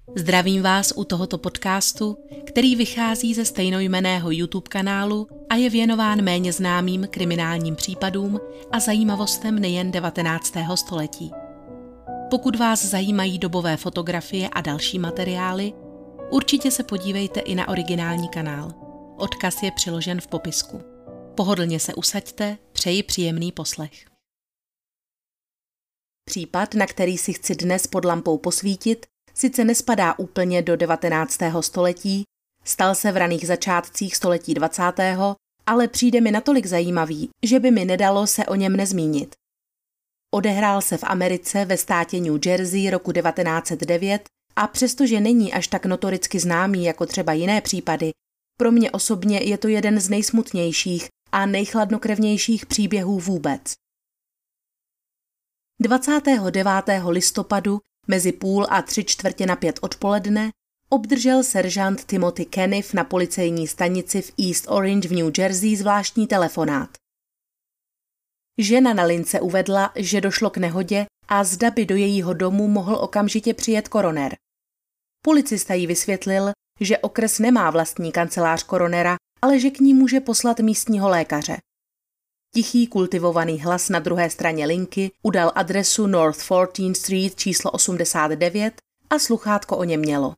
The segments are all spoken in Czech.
Zdravím vás u tohoto podcastu, který vychází ze stejnojmenného YouTube kanálu a je věnován méně známým kriminálním případům a zajímavostem nejen 19. století. Pokud vás zajímají dobové fotografie a další materiály, určitě se podívejte i na originální kanál. Odkaz je přiložen v popisku. Pohodlně se usaďte, přeji příjemný poslech. Případ, na který si chci dnes pod lampou posvítit, sice nespadá úplně do 19. století, stal se v raných začátcích století 20., ale přijde mi natolik zajímavý, že by mi nedalo se o něm nezmínit. Odehrál se v Americe ve státě New Jersey roku 1909 a přestože není až tak notoricky známý jako třeba jiné případy, pro mě osobně je to jeden z nejsmutnějších a nejchladnokrevnějších příběhů vůbec. 29. listopadu mezi 4:30 odpoledne obdržel seržant Timothy Caniff na policejní stanici v East Orange v New Jersey zvláštní telefonát. Žena na lince uvedla, že došlo k nehodě a zda by do jejího domu mohl okamžitě přijet koroner. Policista jí vysvětlil, že okres nemá vlastní kancelář koronera, ale že k ní může poslat místního lékaře. Tichý kultivovaný hlas na druhé straně linky udal adresu North 14th Street číslo 89 a sluchátko o něm mělo.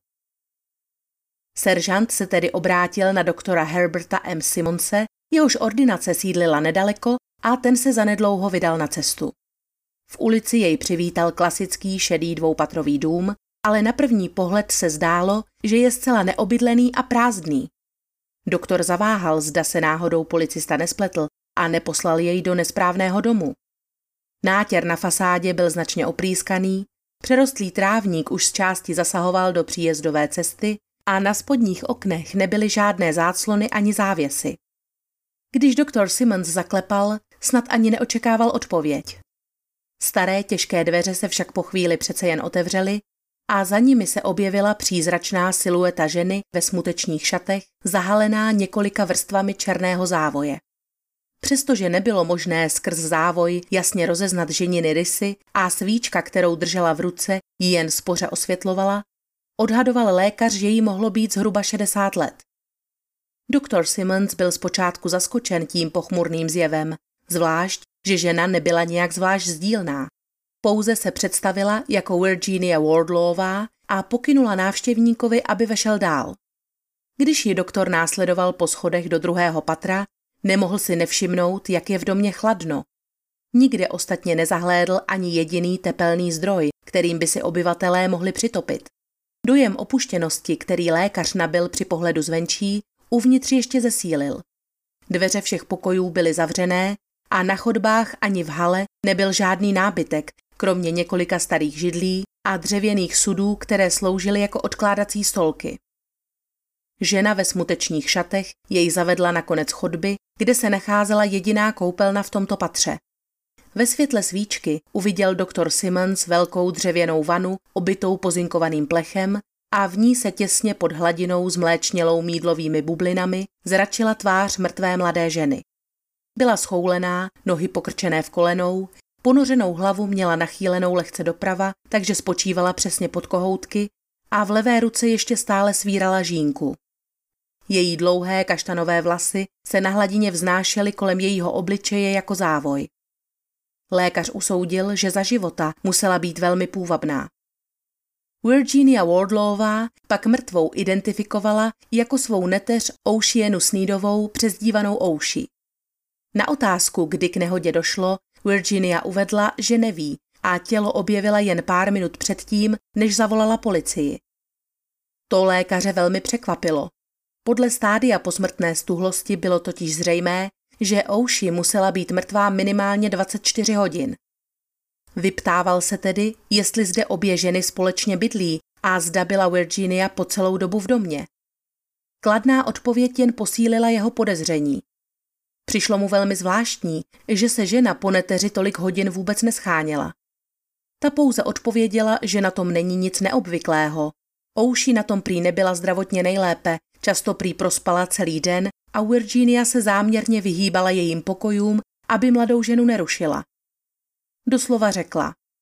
Seržant se tedy obrátil na doktora Herberta M. Simonse, jehož ordinace sídlila nedaleko, a ten se zanedlouho vydal na cestu. V ulici jej přivítal klasický šedý dvoupatrový dům, ale na první pohled se zdálo, že je zcela neobydlený a prázdný. Doktor zaváhal, zda se náhodou policista nespletl a neposlal jej do nesprávného domu. Nátěr na fasádě byl značně oprýskaný, přerostlý trávník už z části zasahoval do příjezdové cesty a na spodních oknech nebyly žádné záclony ani závěsy. Když doktor Simons zaklepal, snad ani neočekával odpověď. Staré těžké dveře se však po chvíli přece jen otevřely a za nimi se objevila přízračná silueta ženy ve smutečných šatech, zahalená několika vrstvami černého závoje. Přestože nebylo možné skrz závoj jasně rozeznat ženiny rysy a svíčka, kterou držela v ruce, ji jen spoře osvětlovala, odhadoval lékař, že jí mohlo být zhruba 60 let. Doktor Simons byl zpočátku zaskočen tím pochmurným zjevem, zvlášť, že žena nebyla nějak zvlášť sdílná. Pouze se představila jako Virginia Wardlawová a pokynula návštěvníkovi, aby vešel dál. Když ji doktor následoval po schodech do druhého patra, nemohl si nevšimnout, jak je v domě chladno. Nikde ostatně nezahlédl ani jediný tepelný zdroj, kterým by si obyvatelé mohli přitopit. Dojem opuštěnosti, který lékař nabyl při pohledu zvenčí, uvnitř ještě zesílil. Dveře všech pokojů byly zavřené a na chodbách ani v hale nebyl žádný nábytek, kromě několika starých židlí a dřevěných sudů, které sloužily jako odkládací stolky. Žena ve smutečných šatech jej zavedla na konec chodby, kde se nacházela jediná koupelna v tomto patře. Ve světle svíčky uviděl doktor Simons velkou dřevěnou vanu obytou pozinkovaným plechem a v ní se těsně pod hladinou zmléčnělou mýdlovými bublinami zračila tvář mrtvé mladé ženy. Byla schoulená, nohy pokrčené v kolenou, ponořenou hlavu měla nachýlenou lehce doprava, takže spočívala přesně pod kohoutky a v levé ruce ještě stále svírala žínku. Její dlouhé kaštanové vlasy se na hladině vznášely kolem jejího obličeje jako závoj. Lékař usoudil, že za života musela být velmi půvabná. Virginia Wardlawová pak mrtvou identifikovala jako svou neteř Oceanu Sneedovou přezdívanou Oushi. Na otázku, kdy k nehodě došlo, Virginia uvedla, že neví a tělo objevila jen pár minut předtím, než zavolala policii. To lékaře velmi překvapilo. Podle stádia posmrtné stuhlosti bylo totiž zřejmé, že Oushi musela být mrtvá minimálně 24 hodin. Vyptával se tedy, jestli zde obě ženy společně bydlí a zda byla Virginia po celou dobu v domě. Kladná odpověď jen posílila jeho podezření. Přišlo mu velmi zvláštní, že se žena po neteři tolik hodin vůbec nescháněla. Ta pouze odpověděla, že na tom není nic neobvyklého. Oushi na tom prý nebyla zdravotně nejlépe, často prý prospala celý den a Virginia se záměrně vyhýbala jejím pokojům, aby mladou ženu nerušila. Doslova řekla: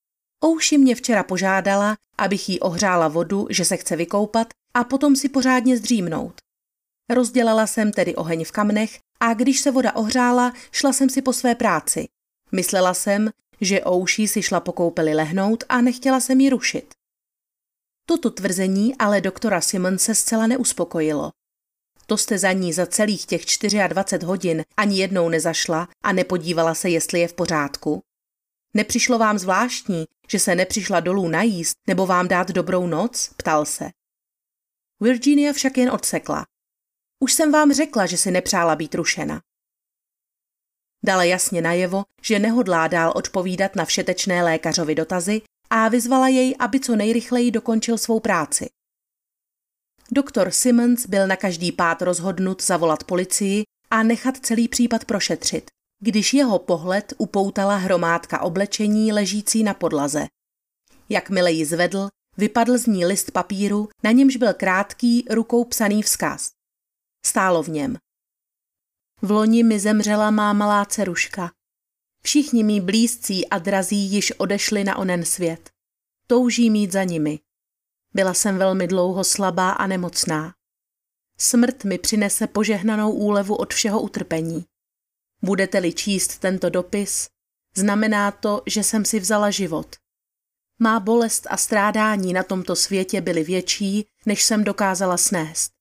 Ouši mě včera požádala, abych jí ohřála vodu, že se chce vykoupat a potom si pořádně zdřímnout. Rozdělala jsem tedy oheň v kamnech a když se voda ohřála, šla jsem si po své práci. Myslela jsem, že Ouši si šla po koupeli lehnout a nechtěla jsem ji rušit. Toto tvrzení ale doktora Simonse zcela neuspokojilo. To jste za ní za celých těch 24 hodin ani jednou nezašla a nepodívala se, jestli je v pořádku? Nepřišlo vám zvláštní, že se nepřišla dolů najíst nebo vám dát dobrou noc? Ptal se. Virginia však jen odsekla. Už jsem vám řekla, že si nepřála být rušena. Dala jasně najevo, že nehodlá dál odpovídat na všetečné lékařovi dotazy a vyzvala jej, aby co nejrychleji dokončil svou práci. Doktor Simons byl na každý pád rozhodnut zavolat policii a nechat celý případ prošetřit, když jeho pohled upoutala hromádka oblečení ležící na podlaze. Jakmile ji zvedl, vypadl z ní list papíru, na němž byl krátký, rukou psaný vzkaz. Stálo v něm. Vloni mi zemřela má malá dceruška. Všichni mí blízcí a drazí již odešli na onen svět. Touží mít za nimi. Byla jsem velmi dlouho slabá a nemocná. Smrt mi přinese požehnanou úlevu od všeho utrpení. Budete-li číst tento dopis, znamená to, že jsem si vzala život. Má bolest a strádání na tomto světě byly větší, než jsem dokázala snést.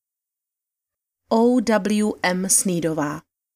O.W.M. Sneedová.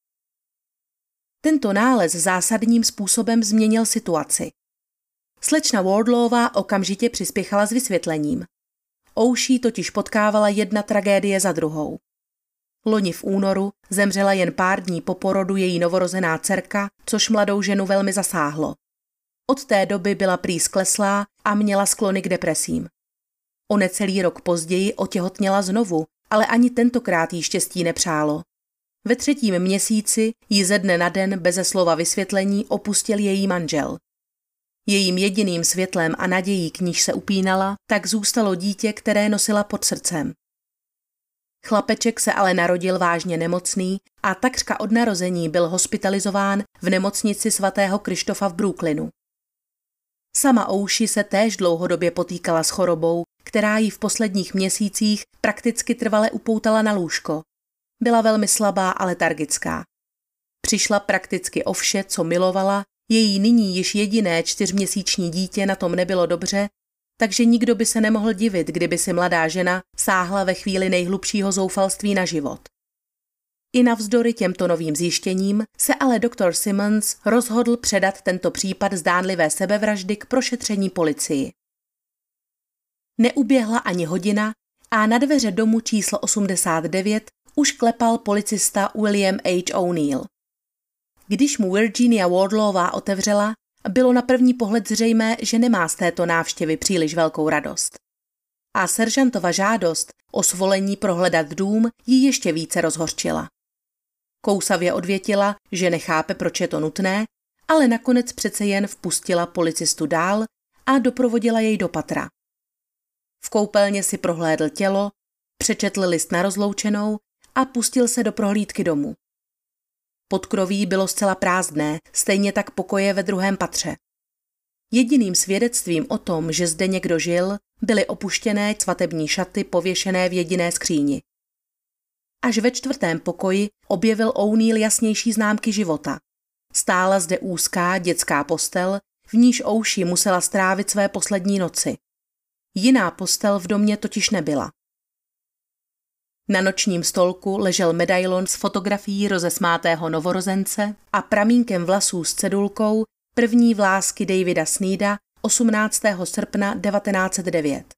Tento nález zásadním způsobem změnil situaci. Slečna Wardlawová okamžitě přispěchala s vysvětlením. Ouši totiž potkávala jedna tragédie za druhou. Loni v únoru zemřela jen pár dní po porodu její novorozená dcerka, což mladou ženu velmi zasáhlo. Od té doby byla prý skleslá a měla sklony k depresím. O necelý rok později otěhotněla znovu, ale ani tentokrát jí štěstí nepřálo. Ve 3. měsíci ji ze dne na den beze slova vysvětlení opustil její manžel. Jejím jediným světlem a nadějí, k níž se upínala, tak zůstalo dítě, které nosila pod srdcem. Chlapeček se ale narodil vážně nemocný a takřka od narození byl hospitalizován v nemocnici svatého Krištofa v Brooklynu. Sama Ouši se též dlouhodobě potýkala s chorobou, která ji v posledních měsících prakticky trvale upoutala na lůžko. Byla velmi slabá a letargická. Přišla prakticky o vše, co milovala, její nyní již jediné 4měsíční dítě na tom nebylo dobře, takže nikdo by se nemohl divit, kdyby si mladá žena sáhla ve chvíli nejhlubšího zoufalství na život. I navzdory těmto novým zjištěním se ale doktor Simons rozhodl předat tento případ zdánlivé sebevraždy k prošetření policii. Neuběhla ani hodina a na dveře domu číslo 89 už klepal policista William H. O'Neill. Když mu Virginia Wardlawová otevřela, bylo na první pohled zřejmé, že nemá z této návštěvy příliš velkou radost. A seržantova žádost o svolení prohledat dům ji ještě více rozhořčila. Kousavě odvětila, že nechápe, proč je to nutné, ale nakonec přece jen vpustila policistu dál a doprovodila jej do patra. V koupelně si prohlédl tělo, přečetl list na rozloučenou a pustil se do prohlídky domu. Podkroví bylo zcela prázdné, stejně tak pokoje ve 2. patře. Jediným svědectvím o tom, že zde někdo žil, byly opuštěné svatební šaty pověšené v jediné skříni. Až ve 4. pokoji objevil O'Neill jasnější známky života. Stála zde úzká dětská postel, v níž Ouši musela strávit své poslední noci. Jiná postel v domě totiž nebyla. Na nočním stolku ležel medailon s fotografií rozesmátého novorozence a pramínkem vlasů s cedulkou první vlásky Davida Sneeda 18. srpna 1909.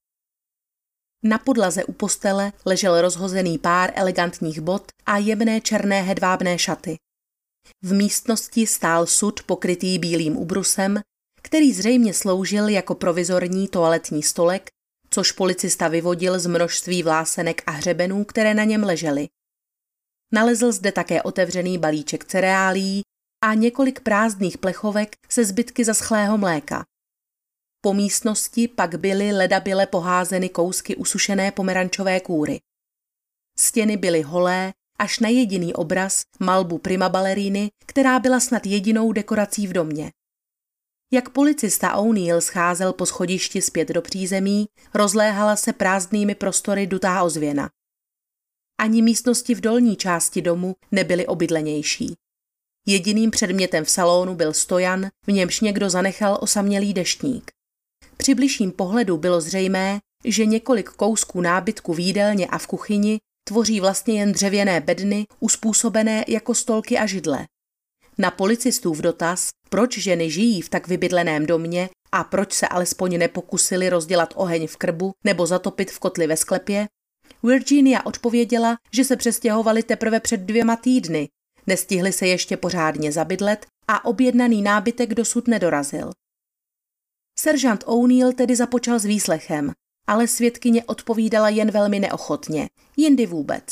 Na podlaze u postele ležel rozhozený pár elegantních bot a jemné černé hedvábné šaty. V místnosti stál sud pokrytý bílým ubrusem, který zřejmě sloužil jako provizorní toaletní stolek, což policista vyvodil z množství vlásenek a hřebenů, které na něm ležely. Nalezl zde také otevřený balíček cereálií a několik prázdných plechovek se zbytky zaschlého mléka. Po místnosti pak byly ledabyle poházeny kousky usušené pomerančové kůry. Stěny byly holé až na jediný obraz, malbu prima baleríny, která byla snad jedinou dekorací v domě. Jak policista O'Neill scházel po schodišti zpět do přízemí, rozléhala se prázdnými prostory dutá ozvěna. Ani místnosti v dolní části domu nebyly obydlenější. Jediným předmětem v salonu byl stojan, v němž někdo zanechal osamělý deštník. Při bližším pohledu bylo zřejmé, že několik kousků nábytku v jídelně a v kuchyni tvoří vlastně jen dřevěné bedny uspůsobené jako stolky a židle. Na policistův dotaz, proč ženy žijí v tak vybydleném domě a proč se alespoň nepokusili rozdělat oheň v krbu nebo zatopit v kotli ve sklepě, Virginia odpověděla, že se přestěhovali teprve před 2 týdny, nestihli se ještě pořádně zabydlet a objednaný nábytek dosud nedorazil. Seržant O'Neill tedy započal s výslechem, ale svědkyně odpovídala jen velmi neochotně, jindy vůbec.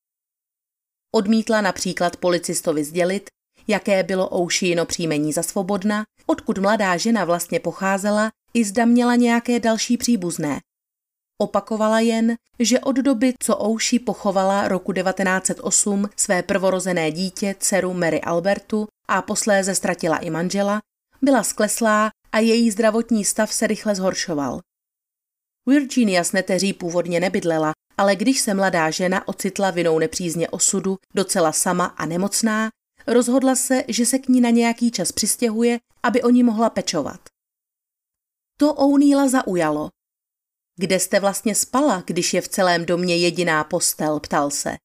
Odmítla například policistovi sdělit, jaké bylo O'Sheeno příjmení za Svobodna, odkud mladá žena vlastně pocházela i zda měla nějaké další příbuzné. Opakovala jen, že od doby, co O'Shea pochovala roku 1908 své prvorozené dítě, dceru Mary Albertu a posléze ztratila i manžela, byla skleslá a její zdravotní stav se rychle zhoršoval. Virginia s neteří původně nebydlela, ale když se mladá žena ocitla vinou nepřízně osudu docela sama a nemocná, rozhodla se, že se k ní na nějaký čas přistěhuje, aby o ní mohla pečovat. To O'Neilla zaujalo. Kde jste vlastně spala, když je v celém domě jediná postel, ptal se.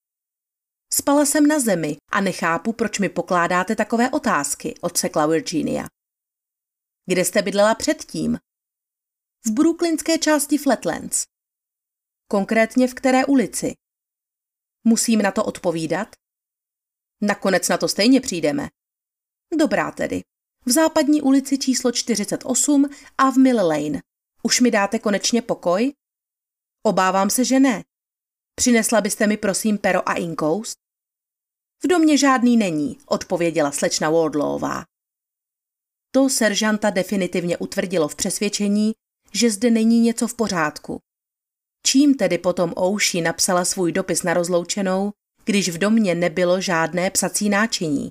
Spala jsem na zemi a nechápu, proč mi pokládáte takové otázky, odsekla Virginia. Kde jste bydlela předtím? V brooklynské části Flatlands. Konkrétně v které ulici? Musím na to odpovídat? Nakonec na to stejně přijdeme. Dobrá tedy. V západní ulici číslo 48 a v Mill Lane. Už mi dáte konečně pokoj? Obávám se, že ne. Přinesla byste mi prosím pero a inkoust? V domě žádný není, odpověděla slečna Wardlawová. To seržanta definitivně utvrdilo v přesvědčení, že zde není něco v pořádku. Čím tedy potom O'Shea napsala svůj dopis na rozloučenou, když v domě nebylo žádné psací náčiní?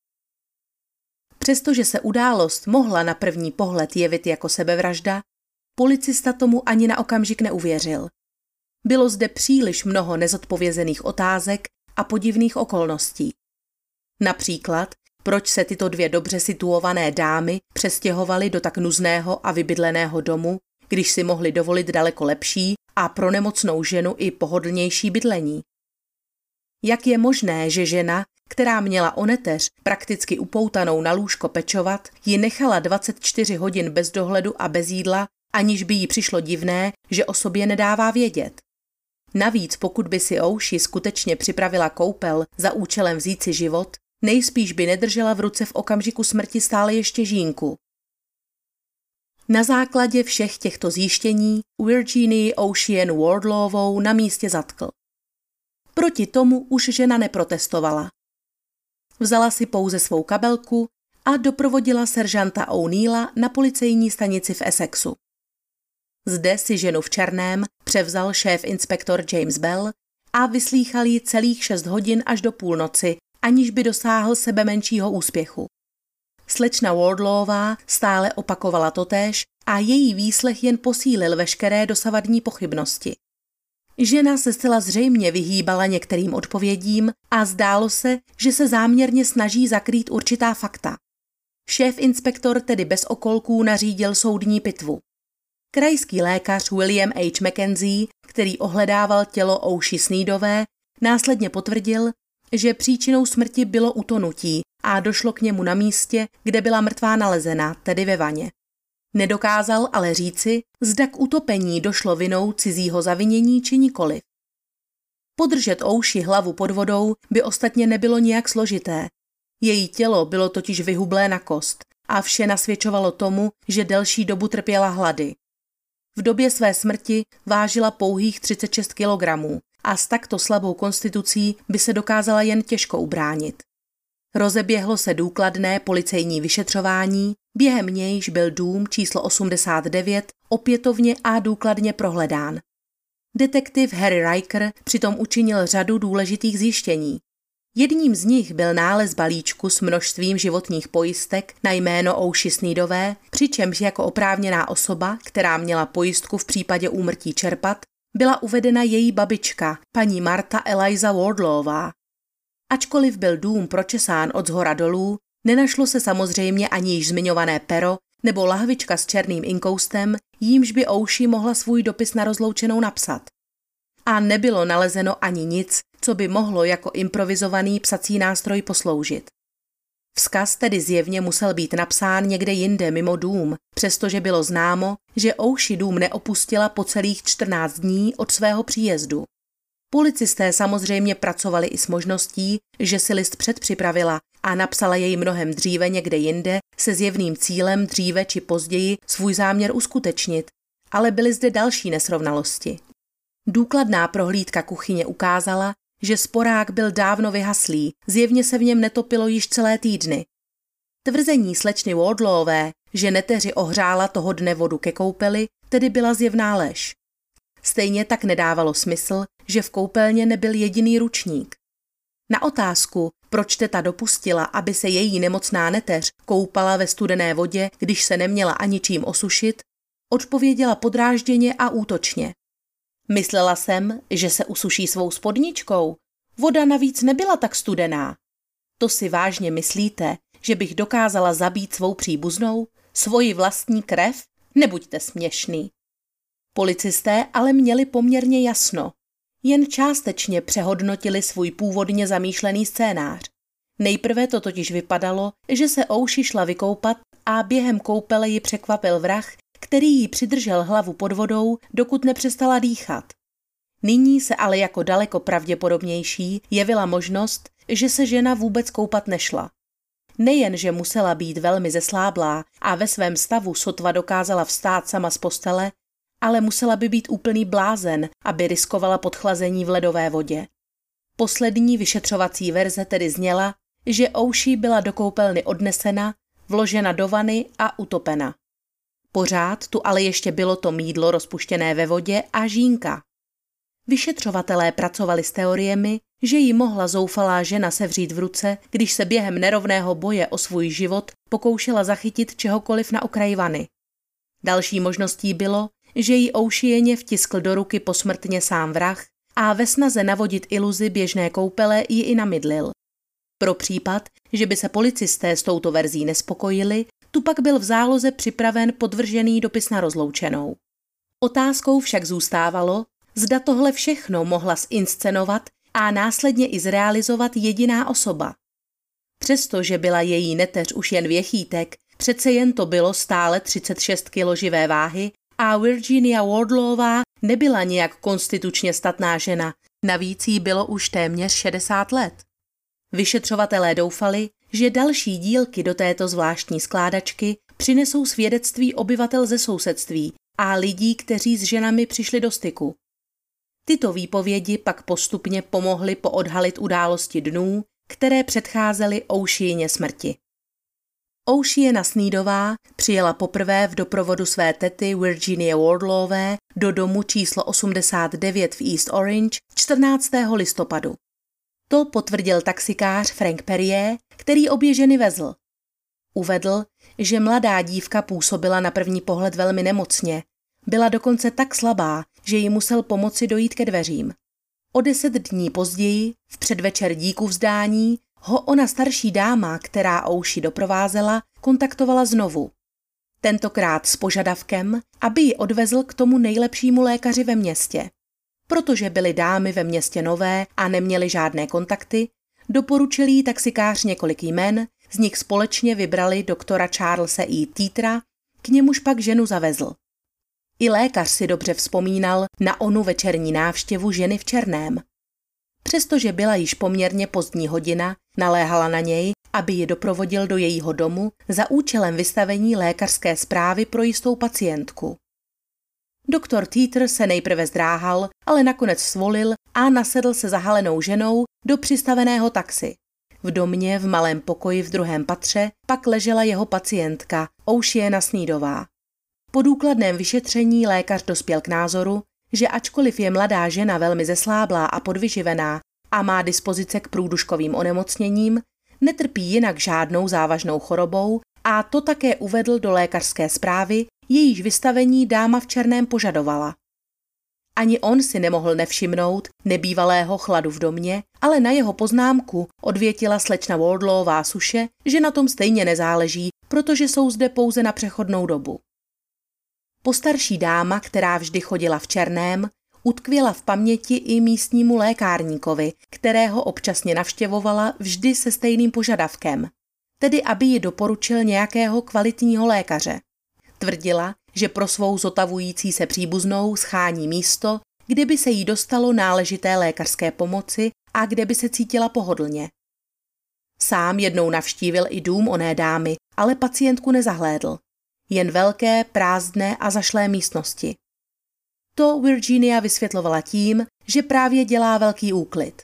Přestože se událost mohla na první pohled jevit jako sebevražda, policista tomu ani na okamžik neuvěřil. Bylo zde příliš mnoho nezodpovězených otázek a podivných okolností. Například, proč se tyto 2 dobře situované dámy přestěhovaly do tak nuzného a vybydleného domu, když si mohly dovolit daleko lepší a pro nemocnou ženu i pohodlnější bydlení. Jak je možné, že žena, která měla o neteř prakticky upoutanou na lůžko pečovat, ji nechala 24 hodin bez dohledu a bez jídla, aniž by jí přišlo divné, že o sobě nedává vědět. Navíc pokud by si O'Shea skutečně připravila koupel za účelem vzít si život, nejspíš by nedržela v ruce v okamžiku smrti stále ještě žínku. Na základě všech těchto zjištění Virginii O'Sheanu Wardlawovou na místě zatkl. Proti tomu už žena neprotestovala. Vzala si pouze svou kabelku a doprovodila seržanta O'Neilla na policejní stanici v Essexu. Zde si ženu v černém převzal šéf-inspektor James Bell a vyslýchal ji celých 6 hodin až do půlnoci, aniž by dosáhl sebemenšího úspěchu. Slečna Wardlawová stále opakovala totéž a její výslech jen posílil veškeré dosavadní pochybnosti. Žena se zcela zřejmě vyhýbala některým odpovědím a zdálo se, že se záměrně snaží zakrýt určitá fakta. Šéf-inspektor tedy bez okolků nařídil soudní pitvu. Krajský lékař William H. Mackenzie, který ohledával tělo O'Shea Sneedové, následně potvrdil, že příčinou smrti bylo utonutí a došlo k němu na místě, kde byla mrtvá nalezena, tedy ve vaně. Nedokázal ale říci, zda k utopení došlo vinou cizího zavinění či nikoliv. Podržet O'Shea hlavu pod vodou by ostatně nebylo nijak složité. Její tělo bylo totiž vyhublé na kost a vše nasvědčovalo tomu, že delší dobu trpěla hlady. V době své smrti vážila pouhých 36 kg a s takto slabou konstitucí by se dokázala jen těžko ubránit. Rozeběhlo se důkladné policejní vyšetřování, během nějž byl dům číslo 89 opětovně a důkladně prohledán. Detektiv Harry Riker přitom učinil řadu důležitých zjištění. Jedním z nich byl nález balíčku s množstvím životních pojistek na jméno Oushi Sneedové, přičemž jako oprávněná osoba, která měla pojistku v případě úmrtí čerpat, byla uvedena její babička, paní Martha Eliza Wardlawová. Ačkoliv byl dům pročesán od zhora dolů, nenašlo se samozřejmě ani již zmiňované pero nebo lahvička s černým inkoustem, jímž by Oushi mohla svůj dopis na rozloučenou napsat. A nebylo nalezeno ani nic, co by mohlo jako improvizovaný psací nástroj posloužit. Vzkaz tedy zjevně musel být napsán někde jinde mimo dům, přestože bylo známo, že Oushi dům neopustila po celých 14 dní od svého příjezdu. Policisté samozřejmě pracovali i s možností, že si list předpřipravila a napsala jej mnohem dříve někde jinde se zjevným cílem dříve či později svůj záměr uskutečnit, ale byly zde další nesrovnalosti. Důkladná prohlídka kuchyně ukázala, že sporák byl dávno vyhaslý, zjevně se v něm netopilo již celé týdny. Tvrzení slečny Wardlawové, že neteři ohřála toho dne vodu ke koupeli, tedy byla zjevná lež. Stejně tak nedávalo smysl, že v koupelně nebyl jediný ručník. Na otázku, proč teta dopustila, aby se její nemocná neteř koupala ve studené vodě, když se neměla ani čím osušit, odpověděla podrážděně a útočně. Myslela jsem, že se usuší svou spodničkou. Voda navíc nebyla tak studená. To si vážně myslíte, že bych dokázala zabít svou příbuznou, svoji vlastní krev? Nebuďte směšný. Policisté ale měli poměrně jasno. Jen částečně přehodnotili svůj původně zamýšlený scénář. Nejprve to totiž vypadalo, že se Oushi šla vykoupat a během koupele ji překvapil vrah, který jí přidržel hlavu pod vodou, dokud nepřestala dýchat. Nyní se ale jako daleko pravděpodobnější jevila možnost, že se žena vůbec koupat nešla. Nejen, že musela být velmi zesláblá a ve svém stavu sotva dokázala vstát sama z postele, ale musela by být úplný blázen, aby riskovala podchlazení v ledové vodě. Poslední vyšetřovací verze tedy zněla, že Oushi byla do koupelny odnesena, vložena do vany a utopena. Pořád tu ale ještě bylo to mýdlo rozpuštěné ve vodě a žínka. Vyšetřovatelé pracovali s teoriemi, že jí mohla zoufalá žena sevřít v ruce, když se během nerovného boje o svůj život pokoušela zachytit čehokoliv na okraji vany. Další možností bylo, že jí Oushi jeně vtiskl do ruky posmrtně sám vrah a ve snaze navodit iluzi běžné koupele ji i namydlil. Pro případ, že by se policisté s touto verzí nespokojili, tu pak byl v záloze připraven podvržený dopis na rozloučenou. Otázkou však zůstávalo, zda tohle všechno mohla zinscenovat a následně i zrealizovat jediná osoba. Přestože byla její neteř už jen věchýtek, přece jen to bylo stále 36 kg živé váhy a Virginia Wardlawová nebyla nějak konstitučně statná žena, navíc jí bylo už téměř 60 let. Vyšetřovatelé doufali, že další dílky do této zvláštní skládačky přinesou svědectví obyvatel ze sousedství a lidí, kteří s ženami přišli do styku. Tyto výpovědi pak postupně pomohly poodhalit události dnů, které předcházely Oushiině smrti. Oushi Sneedová přijela poprvé v doprovodu své tety Virginie Wardlawové do domu číslo 89 v East Orange 14. listopadu. To potvrdil taxikář Frank Perrier, který obě ženy vezl. Uvedl, že mladá dívka působila na první pohled velmi nemocně. Byla dokonce tak slabá, že jí musel pomoci dojít ke dveřím. O 10 dní později, v předvečer díku vzdání, ho ona starší dáma, která Oushi doprovázela, kontaktovala znovu. Tentokrát s požadavkem, aby ji odvezl k tomu nejlepšímu lékaři ve městě. Protože byly dámy ve městě nové a neměly žádné kontakty, doporučil jí taxikář několik jmen, z nich společně vybrali doktora Charlese E. Teetera, k němuž pak ženu zavezl. I lékař si dobře vzpomínal na onu večerní návštěvu ženy v černém. Přestože byla již poměrně pozdní hodina, naléhala na něj, aby ji doprovodil do jejího domu za účelem vystavení lékařské zprávy pro jistou pacientku. Doktor Teeter se nejprve zdráhal, ale nakonec svolil a nasedl se zahalenou ženou do přistaveného taxi. V domě v malém pokoji v druhém patře pak ležela jeho pacientka Oushi Sneedová. Po důkladném vyšetření lékař dospěl k názoru, že ačkoliv je mladá žena velmi zesláblá a podvyživená, a má dispozice k průduškovým onemocněním, netrpí jinak žádnou závažnou chorobou a to také uvedl do lékařské zprávy, jejíž vystavení dáma v černém požadovala. Ani on si nemohl nevšimnout nebývalého chladu v domě, ale na jeho poznámku odvětila slečna Wardlawová suše, že na tom stejně nezáleží, protože jsou zde pouze na přechodnou dobu. Postarší dáma, která vždy chodila v černém, utkvěla v paměti i místnímu lékárníkovi, kterého občasně navštěvovala vždy se stejným požadavkem, tedy aby ji doporučil nějakého kvalitního lékaře. Tvrdila, že pro svou zotavující se příbuznou schání místo, kde by se jí dostalo náležité lékařské pomoci a kde by se cítila pohodlně. Sám jednou navštívil i dům oné dámy, ale pacientku nezahlédl. Jen velké, prázdné a zašlé místnosti. To Virginia vysvětlovala tím, že právě dělá velký úklid.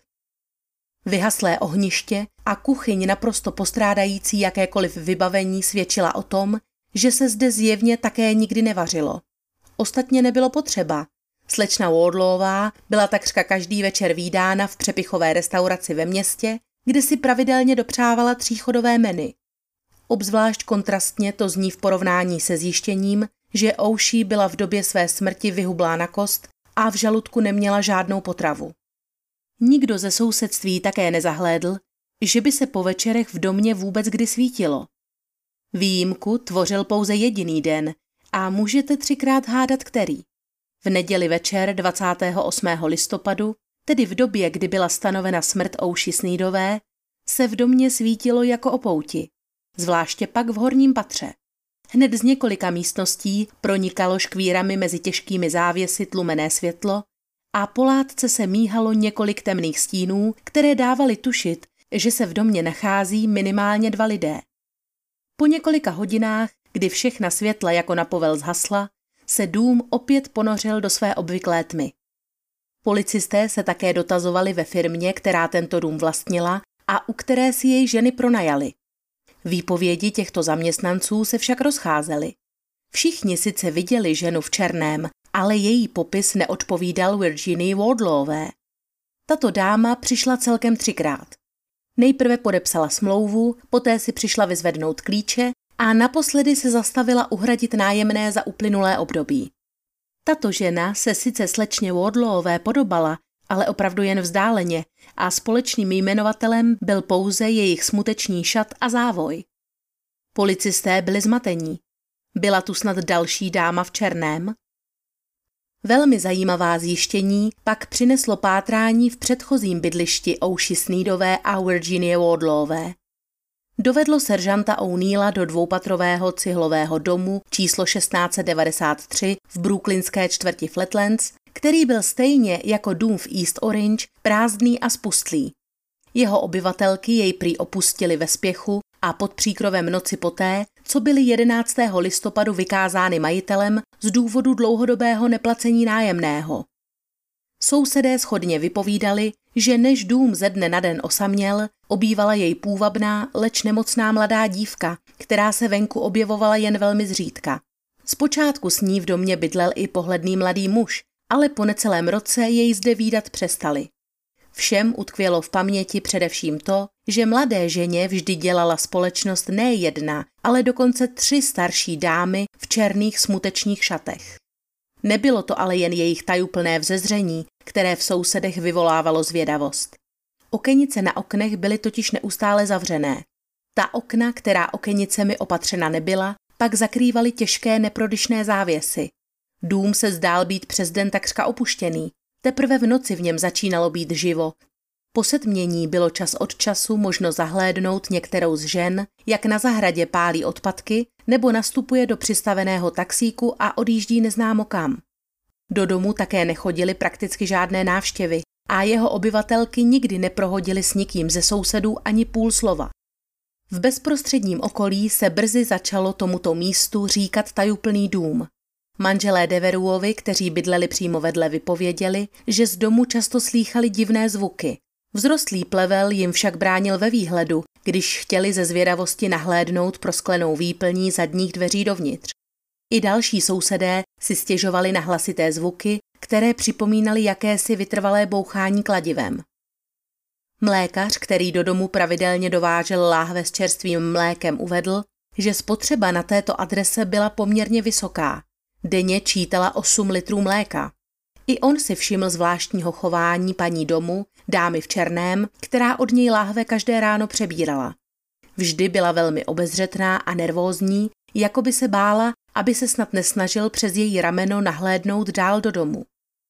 Vyhaslé ohniště a kuchyň naprosto postrádající jakékoliv vybavení svědčila o tom, že se zde zjevně také nikdy nevařilo. Ostatně nebylo potřeba. Slečna Wardlawová byla takřka každý večer vídána v přepichové restauraci ve městě, kde si pravidelně dopřávala tříchodové menu. Obzvlášť kontrastně to zní v porovnání se zjištěním, že Oushi byla v době své smrti vyhublá na kost a v žaludku neměla žádnou potravu. Nikdo ze sousedství také nezahlédl, že by se po večerech v domě vůbec kdy svítilo. Výjimku tvořil pouze jediný den a můžete 3krát hádat který. V neděli večer 28. listopadu, tedy v době, kdy byla stanovena smrt Oushi Sneedové, se v domě svítilo jako o pouti, zvláště pak v horním patře. Hned z několika místností pronikalo škvírami mezi těžkými závěsy tlumené světlo a po látce se míhalo několik temných stínů, které dávaly tušit, že se v domě nachází minimálně 2 lidé. Po několika hodinách, kdy všechna světla jako na povel zhasla, se dům opět ponořil do své obvyklé tmy. Policisté se také dotazovali ve firmě, která tento dům vlastnila a u které si jej ženy pronajali. Výpovědi těchto zaměstnanců se však rozcházely. Všichni sice viděli ženu v černém, ale její popis neodpovídal Virginii Wardlawové. Tato dáma přišla celkem 3krát. Nejprve podepsala smlouvu, poté si přišla vyzvednout klíče a naposledy se zastavila uhradit nájemné za uplynulé období. Tato žena se sice slečně Wardlawové podobala, ale opravdu jen vzdáleně a společným jmenovatelem byl pouze jejich smuteční šat a závoj. Policisté byli zmatení. Byla tu snad další dáma v černém? Velmi zajímavá zjištění pak přineslo pátrání v předchozím bydlišti Oushi Sneedové a Virginie Wardlawové. Dovedlo seržanta O'Neilla do dvoupatrového cihlového domu číslo 1693 v brooklynské čtvrti Flatlands, který byl stejně jako dům v East Orange prázdný a spustlý. Jeho obyvatelky jej prý opustili ve spěchu a pod příkrovem noci poté, co byly 11. listopadu vykázány majitelem z důvodu dlouhodobého neplacení nájemného. Sousedé shodně vypovídali, že než dům ze dne na den osaměl, obývala jej půvabná, leč nemocná mladá dívka, která se venku objevovala jen velmi zřídka. Zpočátku s ní v domě bydlel i pohledný mladý muž, ale po necelém roce jej zde vídat přestali. Všem utkvělo v paměti především to, že mladé ženě vždy dělala společnost ne jedna, ale dokonce 3 starší dámy v černých smutečních šatech. Nebylo to ale jen jejich tajuplné vzezření, které v sousedech vyvolávalo zvědavost. Okenice na oknech byly totiž neustále zavřené. Ta okna, která okenicemi opatřena nebyla, pak zakrývaly těžké neprodyšné závěsy. Dům se zdál být přes den takřka opuštěný. Teprve v noci v něm začínalo být živo. Po setmění bylo čas od času možno zahlédnout některou z žen, jak na zahradě pálí odpadky nebo nastupuje do přistaveného taxíku a odjíždí neznámo kam. Do domu také nechodily prakticky žádné návštěvy a jeho obyvatelky nikdy neprohodily s nikým ze sousedů ani půl slova. V bezprostředním okolí se brzy začalo tomuto místu říkat tajuplný dům. Manželé Deveruovi, kteří bydleli přímo vedle, vypověděli, že z domu často slýchali divné zvuky. Vzrostlý plevel jim však bránil ve výhledu, když chtěli ze zvědavosti nahlédnout prosklenou výplní zadních dveří dovnitř. I další sousedé si stěžovali na hlasité zvuky, které připomínaly jakési vytrvalé bouchání kladivem. Mlékař, který do domu pravidelně dovážel láhve s čerstvým mlékem, uvedl, že spotřeba na této adrese byla poměrně vysoká. Denně čítala 8 litrů mléka. I on si všiml zvláštního chování paní domu, dámy v černém, která od něj láhve každé ráno přebírala. Vždy byla velmi obezřetná a nervózní, jako by se bála, aby se snad nesnažil přes její rameno nahlédnout dál do domu.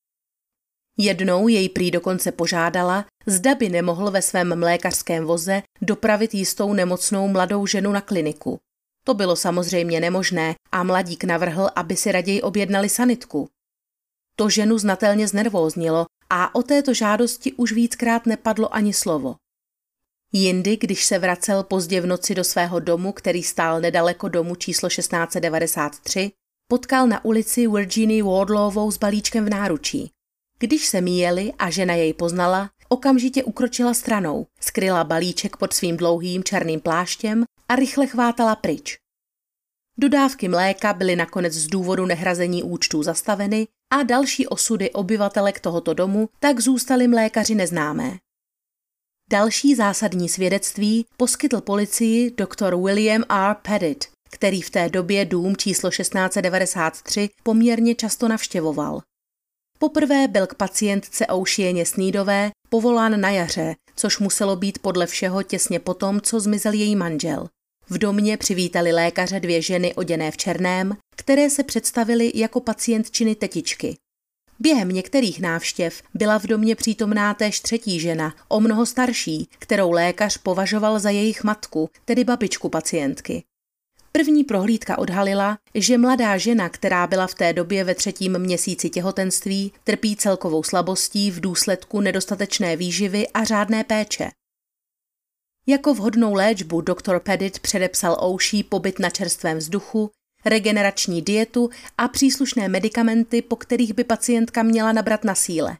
Jednou jej prý dokonce požádala, zda by nemohl ve svém mlékařském voze dopravit jistou nemocnou mladou ženu na kliniku. To bylo samozřejmě nemožné a mladík navrhl, aby si raději objednali sanitku. To ženu znatelně znervóznilo a o této žádosti už víckrát nepadlo ani slovo. Jindy, když se vracel pozdě v noci do svého domu, který stál nedaleko domu číslo 1693, potkal na ulici Virginie Wardlawovou s balíčkem v náručí. Když se míjeli a žena jej poznala, okamžitě ukročila stranou, skryla balíček pod svým dlouhým černým pláštěm a rychle chvátala pryč. Dodávky mléka byly nakonec z důvodu nehrazení účtů zastaveny a další osudy obyvatelek tohoto domu tak zůstaly mlékaři neznámé. Další zásadní svědectví poskytl policii doktor William R. Pettit, který v té době dům číslo 1693 poměrně často navštěvoval. Poprvé byl k pacientce Oceaně Sneedové povolán na jaře, což muselo být podle všeho těsně potom, co zmizel její manžel. V domě přivítali lékaře 2 ženy oděné v černém, které se představily jako pacientčiny tetičky. Během některých návštěv byla v domě přítomná též 3. žena, o mnoho starší, kterou lékař považoval za jejich matku, tedy babičku pacientky. První prohlídka odhalila, že mladá žena, která byla v té době ve 3. měsíci těhotenství, trpí celkovou slabostí v důsledku nedostatečné výživy a řádné péče. Jako vhodnou léčbu doktor Pettit předepsal Oshii pobyt na čerstvém vzduchu, regenerační dietu a příslušné medikamenty, po kterých by pacientka měla nabrat na síle.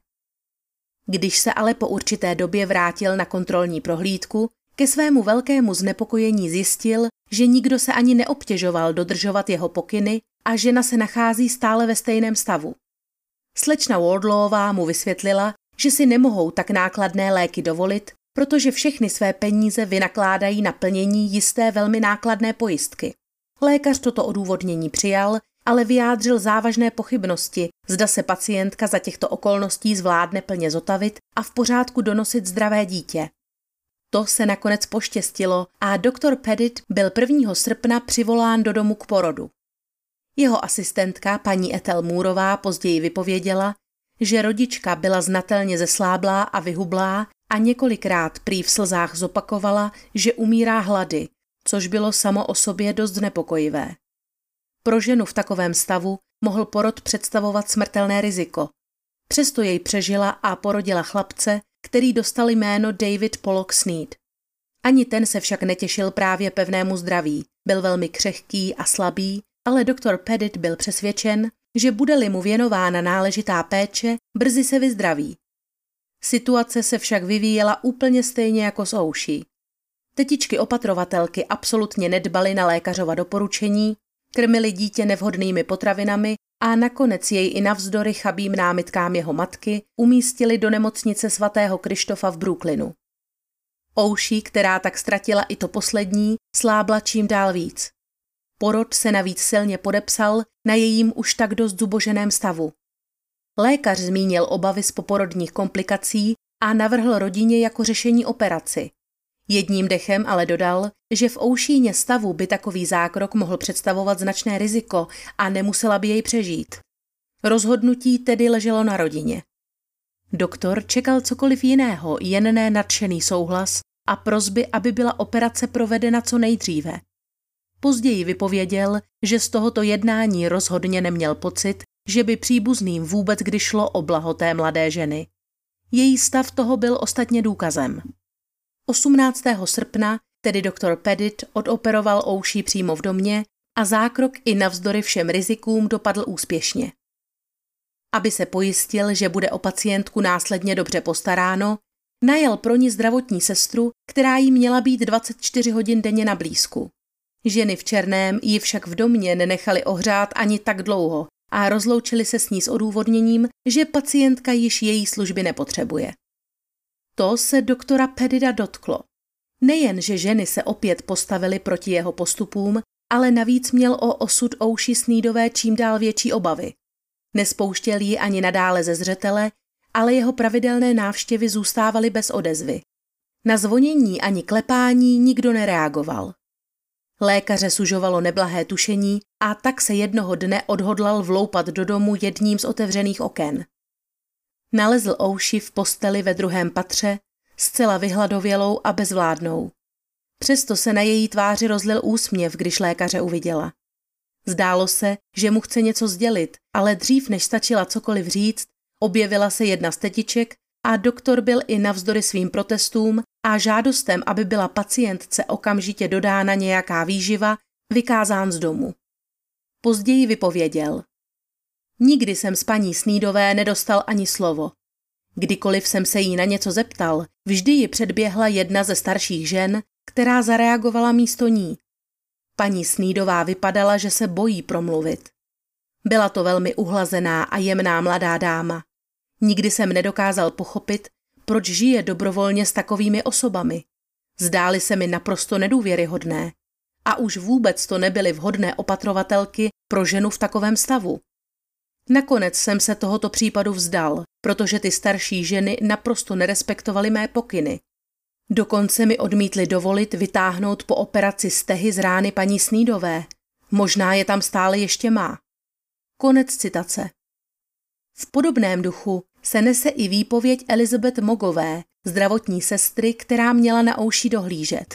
Když se ale po určité době vrátil na kontrolní prohlídku, ke svému velkému znepokojení zjistil, že nikdo se ani neobtěžoval dodržovat jeho pokyny a žena se nachází stále ve stejném stavu. Slečna Wardlawová mu vysvětlila, že si nemohou tak nákladné léky dovolit, protože všechny své peníze vynakládají na plnění jisté velmi nákladné pojistky. Lékař toto odůvodnění přijal, ale vyjádřil závažné pochybnosti, zda se pacientka za těchto okolností zvládne plně zotavit a v pořádku donosit zdravé dítě. To se nakonec poštěstilo a doktor Pettit byl 1. srpna přivolán do domu k porodu. Jeho asistentka, paní Ethel Moorová, později vypověděla, že rodička byla znatelně zesláblá a vyhublá a několikrát prý v slzách zopakovala, že umírá hlady, což bylo samo o sobě dost znepokojivé. Pro ženu v takovém stavu mohl porod představovat smrtelné riziko. Přesto jej přežila a porodila chlapce, který dostal jméno David Pollock Sneed. Ani ten se však netěšil právě pevnému zdraví, byl velmi křehký a slabý, ale doktor Pettit byl přesvědčen, že bude-li mu věnována náležitá péče, brzy se vyzdraví. Situace se však vyvíjela úplně stejně jako s Oshii. Tetičky opatrovatelky absolutně nedbaly na lékařova doporučení, krmili dítě nevhodnými potravinami a nakonec jej i navzdory chabým námitkám jeho matky umístili do nemocnice svatého Krištofa v Brooklynu. Oshii, která tak ztratila i to poslední, slábla čím dál víc. Porod se navíc silně podepsal na jejím už tak dost zuboženém stavu. Lékař zmínil obavy z poporodních komplikací a navrhl rodině jako řešení operaci. Jedním dechem ale dodal, že v Oshiině stavu by takový zákrok mohl představovat značné riziko a nemusela by jej přežít. Rozhodnutí tedy leželo na rodině. Doktor čekal cokoliv jiného, jen ne nadšený souhlas a prosby, aby byla operace provedena co nejdříve. Později vypověděl, že z tohoto jednání rozhodně neměl pocit, že by příbuzným vůbec kdy šlo o blaho té mladé ženy. Její stav toho byl ostatně důkazem. 18. srpna tedy doktor Pettit odoperoval Oshii přímo v domě a zákrok i navzdory všem rizikům dopadl úspěšně. Aby se pojistil, že bude o pacientku následně dobře postaráno, najal pro ní zdravotní sestru, která jí měla být 24 hodin denně na blízku. Ženy v černém ji však v domě nenechali ohřát ani tak dlouho a rozloučili se s ní s odůvodněním, že pacientka již její služby nepotřebuje. To se doktora Paddida dotklo. Nejen, že ženy se opět postavily proti jeho postupům, ale navíc měl o osud Ouši Sneadové čím dál větší obavy. Nespouštěl ji ani nadále ze zřetele, ale jeho pravidelné návštěvy zůstávaly bez odezvy. Na zvonění ani klepání nikdo nereagoval. Lékaře sužovalo neblahé tušení a tak se jednoho dne odhodlal vloupat do domu jedním z otevřených oken. Nalezl Ouši v posteli ve 2. patře, zcela vyhladovělou a bezvládnou. Přesto se na její tváři rozlil úsměv, když lékaře uviděla. Zdálo se, že mu chce něco sdělit, ale dřív než stačila cokoliv říct, objevila se jedna z tetiček a doktor byl i navzdory svým protestům a žádostem, aby byla pacientce okamžitě dodána nějaká výživa, vykázán z domu. Později vypověděl. Nikdy jsem s paní Sneadové nedostal ani slovo. Kdykoliv jsem se jí na něco zeptal, vždy ji předběhla jedna ze starších žen, která zareagovala místo ní. Paní Sneadová vypadala, že se bojí promluvit. Byla to velmi uhlazená a jemná mladá dáma. Nikdy jsem nedokázal pochopit, proč žije dobrovolně s takovými osobami. Zdály se mi naprosto nedůvěryhodné. A už vůbec to nebyly vhodné opatrovatelky pro ženu v takovém stavu. Nakonec jsem se tohoto případu vzdal, protože ty starší ženy naprosto nerespektovaly mé pokyny. Dokonce mi odmítli dovolit vytáhnout po operaci stehy z rány paní Sneadové. Možná je tam stále ještě má. Konec citace. V podobném duchu se nese i výpověď Elizabeth Mogové, zdravotní sestry, která měla na Ouši dohlížet.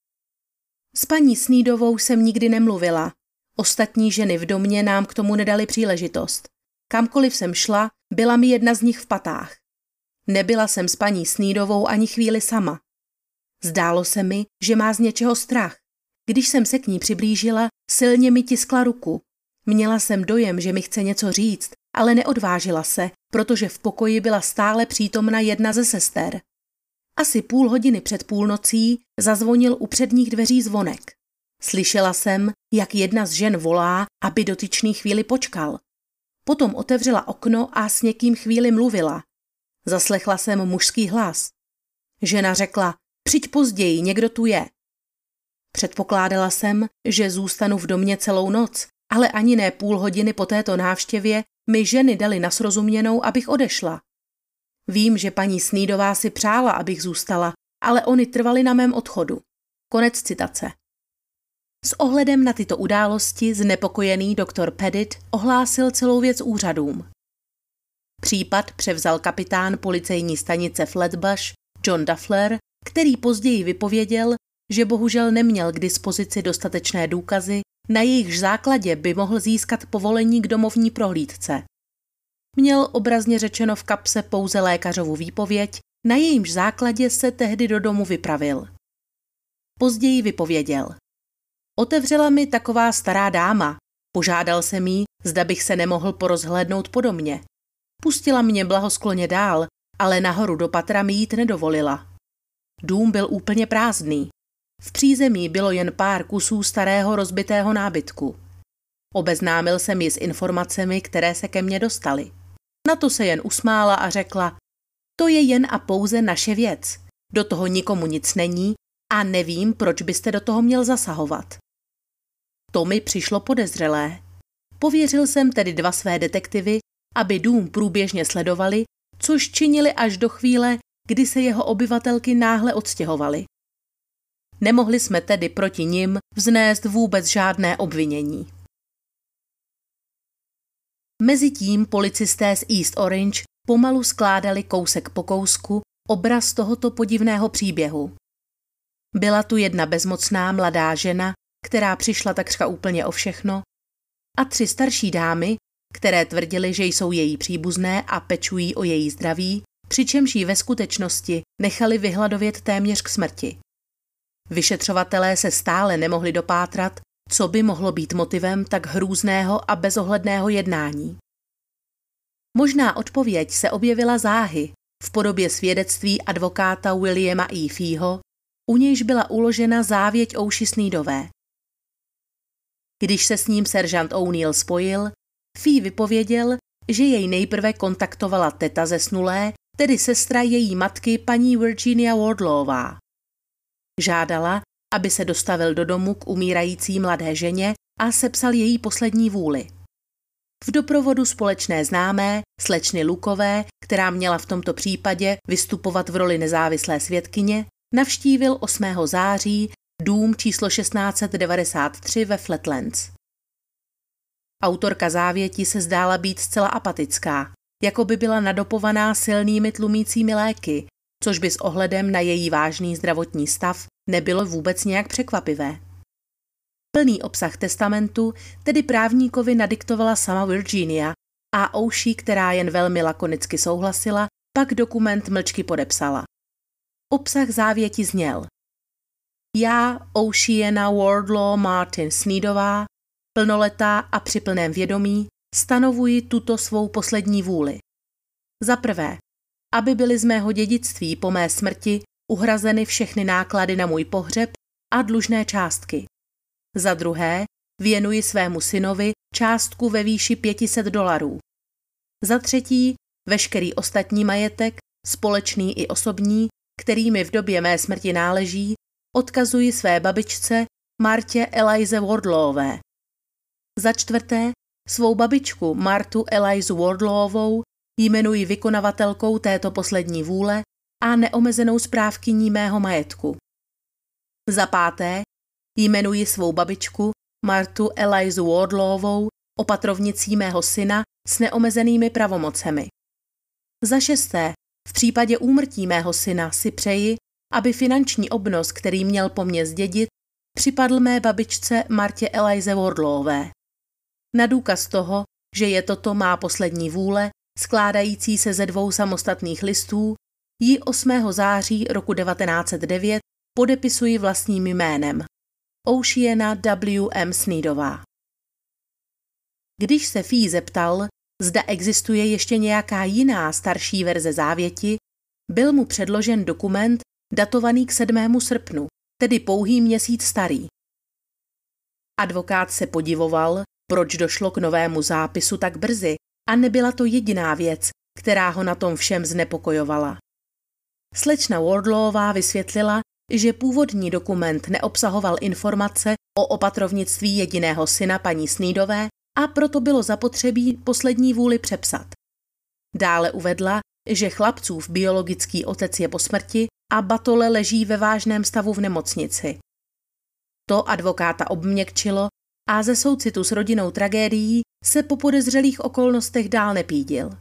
S paní Sneadovou jsem nikdy nemluvila. Ostatní ženy v domě nám k tomu nedali příležitost. Kamkoliv jsem šla, byla mi jedna z nich v patách. Nebyla jsem s paní Sneadovou ani chvíli sama. Zdálo se mi, že má z něčeho strach. Když jsem se k ní přiblížila, silně mi tiskla ruku. Měla jsem dojem, že mi chce něco říct, ale neodvážila se, protože v pokoji byla stále přítomna jedna ze sester. Asi půl hodiny před půlnocí zazvonil u předních dveří zvonek. Slyšela jsem, jak jedna z žen volá, aby dotyčný chvíli počkal. Potom otevřela okno a s někým chvíli mluvila. Zaslechla jsem mužský hlas. Žena řekla, přijď později, někdo tu je. Předpokládala jsem, že zůstanu v domě celou noc, ale ani ne půl hodiny po této návštěvě mi ženy dali na srozuměnou, abych odešla. Vím, že paní Sneadová si přála, abych zůstala, ale oni trvali na mém odchodu. Konec citace. S ohledem na tyto události znepokojený doktor Paddid ohlásil celou věc úřadům. Případ převzal kapitán policejní stanice Flatbush John Duffler, který později vypověděl, že bohužel neměl k dispozici dostatečné důkazy, na jejichž základě by mohl získat povolení k domovní prohlídce. Měl obrazně řečeno v kapse pouze lékařovu výpověď, na jejímž základě se tehdy do domu vypravil. Později vypověděl. Otevřela mi taková stará dáma. Požádal jsem jí, zda bych se nemohl porozhlédnout po domě. Pustila mě blahoskloně dál, ale nahoru do patra mi jít nedovolila. Dům byl úplně prázdný. V přízemí bylo jen pár kusů starého rozbitého nábytku. Obeznámil jsem ji s informacemi, které se ke mně dostaly. Na to se jen usmála a řekla, to je jen a pouze naše věc. Do toho nikomu nic není a nevím, proč byste do toho měl zasahovat. To mi přišlo podezřelé. Pověřil jsem tedy 2 své detektivy, aby dům průběžně sledovali, což činili až do chvíle, kdy se jeho obyvatelky náhle odstěhovaly. Nemohli jsme tedy proti nim vznést vůbec žádné obvinění. Mezitím policisté z East Orange pomalu skládali kousek po kousku obraz tohoto podivného příběhu. Byla tu jedna bezmocná mladá žena, která přišla takřka úplně o všechno, a 3 starší dámy, které tvrdily, že jsou její příbuzné a pečují o její zdraví, přičemž ji ve skutečnosti nechali vyhladovět téměř k smrti. Vyšetřovatelé se stále nemohli dopátrat, co by mohlo být motivem tak hrůzného a bezohledného jednání. Možná odpověď se objevila záhy v podobě svědectví advokáta Williama E. Feeho, u nějž byla uložena závěť Ouši Sneadové. Když se s ním seržant O'Neill spojil, Fee vypověděl, že jej nejprve kontaktovala teta zesnulé, tedy sestra její matky paní Virginia Wardlawová. Žádala, aby se dostavil do domu k umírající mladé ženě a sepsal její poslední vůli. V doprovodu společné známé, slečny Lukové, která měla v tomto případě vystupovat v roli nezávislé svědkyně, navštívil 8. září dům číslo 1693 ve Flatlands. Autorka závěti se zdála být zcela apatická, jako by byla nadopovaná silnými tlumícími léky, což by s ohledem na její vážný zdravotní stav nebylo vůbec nějak překvapivé. Plný obsah testamentu tedy právníkovi nadiktovala sama Virginia a Oushi, která jen velmi lakonicky souhlasila, pak dokument mlčky podepsala. Obsah závěti zněl: Já, Oceana Wardlaw Martin Sneedová, plnoletá a při plném vědomí, stanovuji tuto svou poslední vůli. Za prvé, aby byly z mého dědictví po mé smrti uhrazeny všechny náklady na můj pohřeb a dlužné částky. Za druhé, věnuji svému synovi částku ve výši $500. Za třetí, veškerý ostatní majetek, společný i osobní, který mi v době mé smrti náleží, odkazuji své babičce Martě Elize Wardlawové. Za čtvrté, svou babičku Martu Elizu Wardlawovou jmenuji vykonavatelkou této poslední vůle a neomezenou správkyní mého majetku. Za páté, jmenuji svou babičku Martu Elizu Wardlawovou opatrovnicí mého syna s neomezenými pravomocemi. Za šesté, v případě úmrtí mého syna si přeji, aby finanční obnos, který měl po mně zdědit, připadl mé babičce Martě Elize Wardlawové. Na důkaz toho, že je toto má poslední vůle, skládající se ze 2 samostatných listů, ji 8. září roku 1909 podepisuji vlastním jménem. Oceana W. M. Sneedová. Když se Fee zeptal, zda existuje ještě nějaká jiná starší verze závěti, byl mu předložen dokument datovaný k 7. srpnu, tedy pouhý měsíc starý. Advokát se podivoval, proč došlo k novému zápisu tak brzy, a nebyla to jediná věc, která ho na tom všem znepokojovala. Slečna Wardlawová vysvětlila, že původní dokument neobsahoval informace o opatrovnictví jediného syna paní Sneedové a proto bylo zapotřebí poslední vůli přepsat. Dále uvedla, že chlapcův biologický otec je po smrti a batole leží ve vážném stavu v nemocnici. To advokáta obměkčilo a ze soucitu s rodinnou tragédií se po podezřelých okolnostech dál nepídil.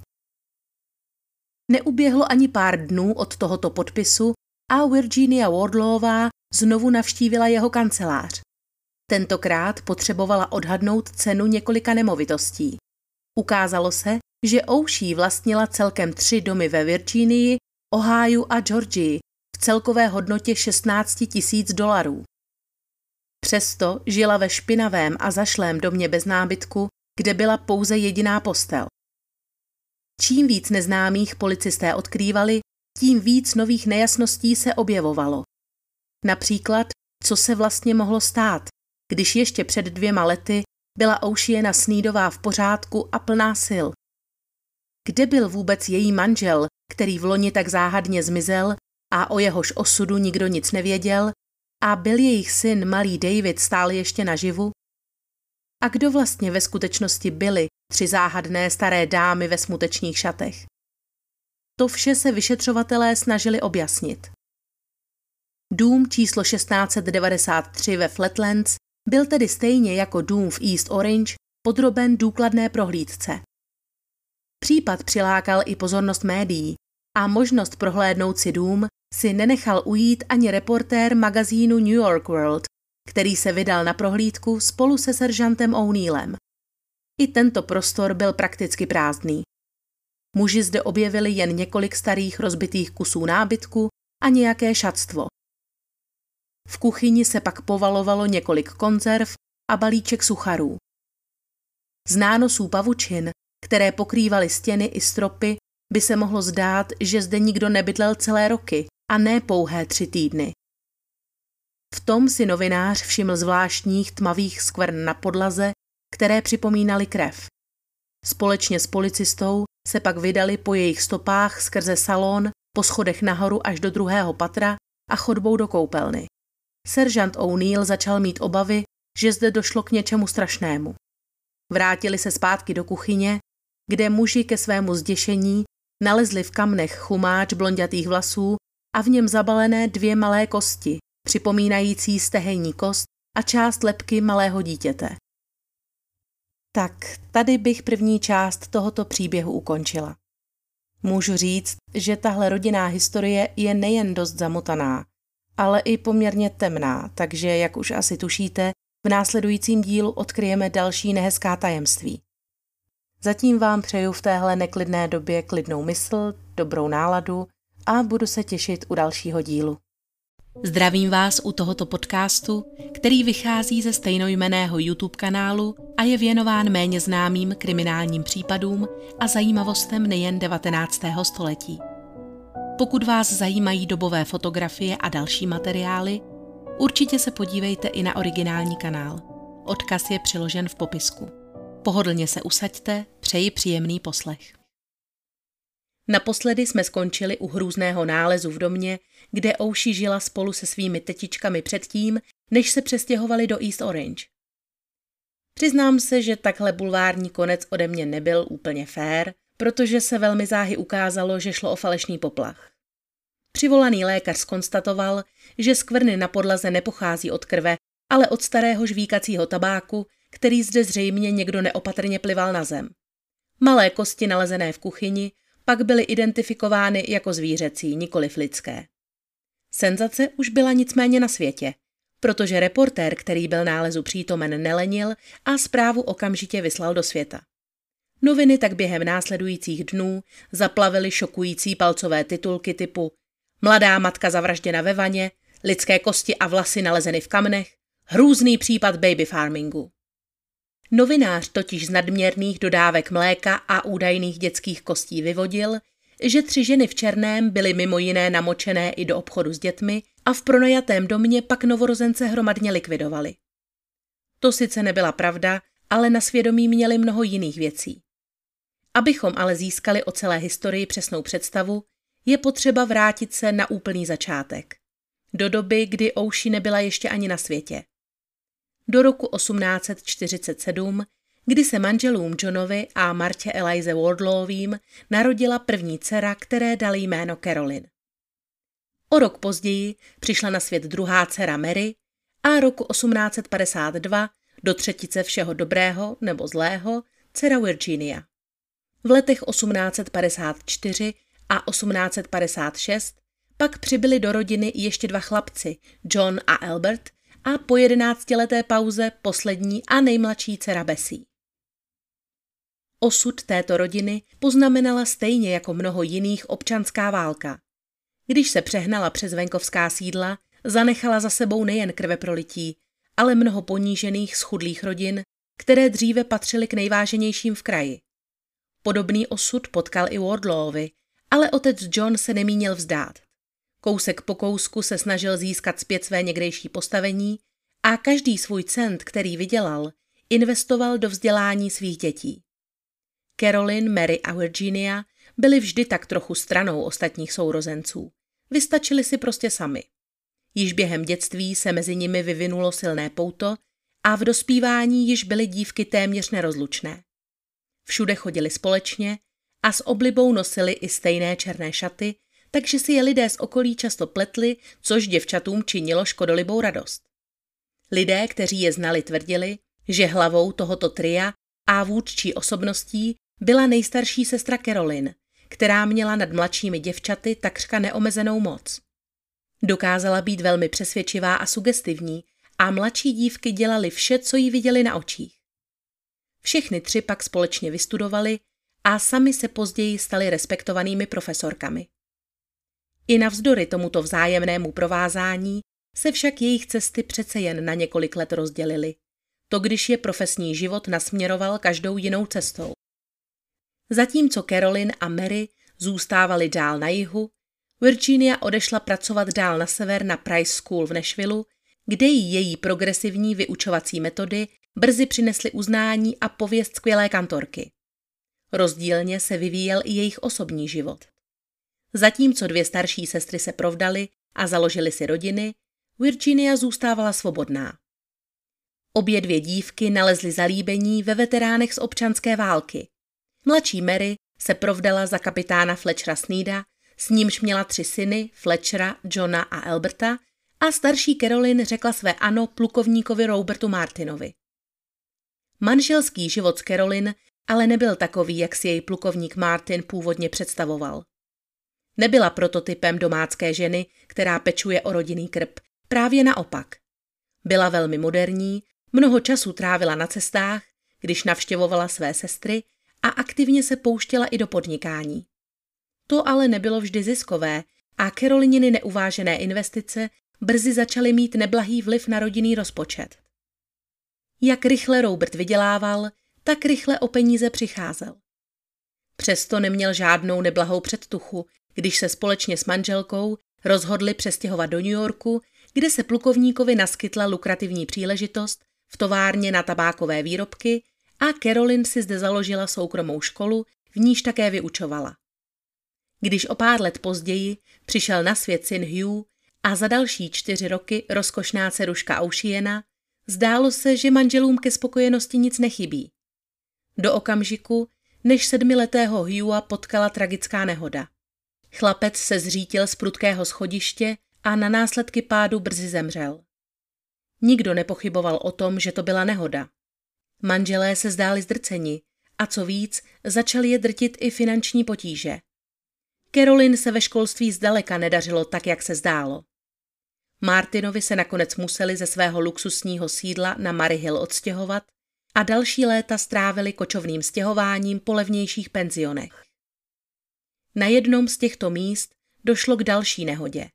Neuběhlo ani pár dnů od tohoto podpisu a Virginia Wardlawová znovu navštívila jeho kancelář. Tentokrát potřebovala odhadnout cenu několika nemovitostí. Ukázalo se, že Oushi vlastnila celkem 3 domy ve Virginii, Ohiu a Georgii v celkové hodnotě $16,000. Přesto žila ve špinavém a zašlém domě bez nábytku, kde byla pouze jediná postel. Čím víc neznámých policisté odkrývali, tím víc nových nejasností se objevovalo. Například, co se vlastně mohlo stát, když ještě před 2 lety byla Oceana Sneedová v pořádku a plná sil. Kde byl vůbec její manžel, který vloni tak záhadně zmizel a o jehož osudu nikdo nic nevěděl, a byl jejich syn malý David stále ještě naživu? A kdo vlastně ve skutečnosti byly 3 záhadné staré dámy ve smutečných šatech? To vše se vyšetřovatelé snažili objasnit. Dům číslo 1693 ve Flatlands byl tedy stejně jako dům v East Orange podroben důkladné prohlídce. Případ přilákal i pozornost médií a možnost prohlédnout si dům si nenechal ujít ani reportér magazínu New York World, který se vydal na prohlídku spolu se seržantem O'Neillem. I tento prostor byl prakticky prázdný. Muži zde objevili jen několik starých rozbitých kusů nábytku a nějaké šatstvo. V kuchyni se pak povalovalo několik konzerv a balíček sucharů. Z nánosů pavučin, které pokrývaly stěny i stropy, by se mohlo zdát, že zde nikdo nebydlel celé roky a ne pouhé 3 týdny. V tom si novinář všiml zvláštních tmavých skvrn na podlaze, které připomínaly krev. Společně s policistou se pak vydali po jejich stopách skrze salon, po schodech nahoru až do 2. patra a chodbou do koupelny. Seržant O'Neill začal mít obavy, že zde došlo k něčemu strašnému. Vrátili se zpátky do kuchyně, kde muži ke svému zděšení nalezli v kamnech chumáč blonďatých vlasů a v něm zabalené 2 malé kosti, připomínající stehenní kost a část lebky malého dítěte. Tak, tady bych první část tohoto příběhu ukončila. Můžu říct, že tahle rodinná historie je nejen dost zamotaná, ale i poměrně temná, takže, jak už asi tušíte, v následujícím dílu odkryjeme další nehezká tajemství. Zatím vám přeju v téhle neklidné době klidnou mysl, dobrou náladu a budu se těšit u dalšího dílu. Zdravím vás u tohoto podcastu, který vychází ze stejnojmenného YouTube kanálu a je věnován méně známým kriminálním případům a zajímavostem nejen 19. století. Pokud vás zajímají dobové fotografie a další materiály, určitě se podívejte i na originální kanál. Odkaz je přiložen v popisku. Pohodlně se usaďte, přeji příjemný poslech. Naposledy jsme skončili u hrůzného nálezu v domě, kde Ouši žila spolu se svými tetičkami předtím, než se přestěhovali do East Orange. Přiznám se, že takhle bulvární konec ode mě nebyl úplně fér, protože se velmi záhy ukázalo, že šlo o falešný poplach. Přivolaný lékař zkonstatoval, že skvrny na podlaze nepochází od krve, ale od starého žvíkacího tabáku, který zde zřejmě někdo neopatrně plival na zem. Malé kosti nalezené v kuchyni pak byly identifikovány jako zvířecí, nikoliv lidské. Senzace už byla nicméně na světě, protože reportér, který byl nálezu přítomen, nelenil a zprávu okamžitě vyslal do světa. Noviny tak během následujících dnů zaplavily šokující palcové titulky typu Mladá matka zavražděna ve vaně, lidské kosti a vlasy nalezeny v kamnech, hrůzný případ baby farmingu. Novinář totiž z nadměrných dodávek mléka a údajných dětských kostí vyvodil, že 3 ženy v černém byly mimo jiné namočené i do obchodu s dětmi a v pronajatém domě pak novorozence hromadně likvidovali. To sice nebyla pravda, ale na svědomí měli mnoho jiných věcí. Abychom ale získali o celé historii přesnou představu, je potřeba vrátit se na úplný začátek. Do doby, kdy Ouši nebyla ještě ani na světě. Do roku 1847, kdy se manželům Johnovi a Martě Elize Wardlawovým narodila první dcera, které dali jméno Caroline. O rok později přišla na svět druhá dcera Mary a roku 1852 do třetice všeho dobrého nebo zlého dcera Virginia. V letech 1854 a 1856 pak přibyli do rodiny ještě 2 chlapci, John a Albert, a po 11leté pauze poslední a nejmladší dcera Bessie. Osud této rodiny poznamenala stejně jako mnoho jiných občanská válka. Když se přehnala přes venkovská sídla, zanechala za sebou nejen krveprolití, ale mnoho ponížených schudlých rodin, které dříve patřily k nejváženějším v kraji. Podobný osud potkal i Wardlawovi, ale otec John se nemínil vzdát. Kousek po kousku se snažil získat zpět své někdejší postavení a každý svůj cent, který vydělal, investoval do vzdělání svých dětí. Caroline, Mary a Virginia byly vždy tak trochu stranou ostatních sourozenců. Vystačili si prostě sami. Již během dětství se mezi nimi vyvinulo silné pouto a v dospívání již byly dívky téměř nerozlučné. Všude chodili společně a s oblibou nosili i stejné černé šaty, takže si je lidé z okolí často pletli, což děvčatům činilo škodolibou radost. Lidé, kteří je znali, tvrdili, že hlavou tohoto tria a vůdčí osobností byla nejstarší sestra Caroline, která měla nad mladšími děvčaty takřka neomezenou moc. Dokázala být velmi přesvědčivá a sugestivní a mladší dívky dělali vše, co jí viděli na očích. Všechny 3 pak společně vystudovali a sami se později stali respektovanými profesorkami. I navzdory tomuto vzájemnému provázání se však jejich cesty přece jen na několik let rozdělily. To když je profesní život nasměroval každou jinou cestou. Zatímco Caroline a Mary zůstávaly dál na jihu, Virginia odešla pracovat dál na sever na Price School v Nashvillu, kde jí její progresivní vyučovací metody brzy přinesly uznání a pověst skvělé kantorky. Rozdílně se vyvíjel i jejich osobní život. Zatímco 2 starší sestry se provdaly a založily si rodiny, Virginia zůstávala svobodná. Obě 2 dívky nalezly zalíbení ve veteránech z občanské války. Mladší Mary se provdala za kapitána Fletchera Sneeda, s nímž měla 3 syny, Fletchera, Johna a Alberta, a starší Caroline řekla své ano plukovníkovi Robertu Martinovi. Manželský život s Caroline ale nebyl takový, jak si jej plukovník Martin původně představoval. Nebyla prototypem domácké ženy, která pečuje o rodinný krb. Právě naopak. Byla velmi moderní, mnoho času trávila na cestách, když navštěvovala své sestry a aktivně se pouštěla i do podnikání. To ale nebylo vždy ziskové a Carolininy neuvážené investice brzy začaly mít neblahý vliv na rodinný rozpočet. Jak rychle Robert vydělával, tak rychle o peníze přicházel. Přesto neměl žádnou neblahou předtuchu, když se společně s manželkou rozhodli přestěhovat do New Yorku, kde se plukovníkovi naskytla lukrativní příležitost v továrně na tabákové výrobky a Caroline si zde založila soukromou školu, v níž také vyučovala. Když o pár let později přišel na svět syn Hugh a za další 4 roky rozkošná dceruška Oceana, zdálo se, že manželům ke spokojenosti nic nechybí. Do okamžiku, než 7letého Hugha potkala tragická nehoda. Chlapec se zřítil z prudkého schodiště a na následky pádu brzy zemřel. Nikdo nepochyboval o tom, že to byla nehoda. Manželé se zdáli zdrceni a co víc, začali je drtit i finanční potíže. Caroline se ve školství zdaleka nedařilo tak, jak se zdálo. Martinovi se nakonec museli ze svého luxusního sídla na Murray Hill odstěhovat a další léta strávili kočovným stěhováním po levnějších penzionech. Na jednom z těchto míst došlo k další nehodě.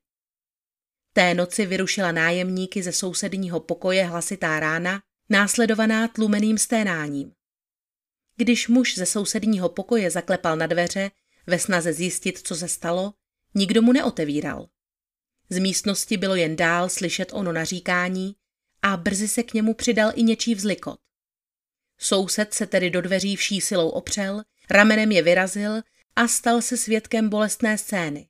Té noci vyrušila nájemníky ze sousedního pokoje hlasitá rána, následovaná tlumeným sténáním. Když muž ze sousedního pokoje zaklepal na dveře ve snaze zjistit, co se stalo, nikdo mu neotevíral. Z místnosti bylo jen dál slyšet ono naříkání a brzy se k němu přidal i něčí vzlikot. Soused se tedy do dveří vší silou opřel, ramenem je vyrazil a stal se svědkem bolestné scény.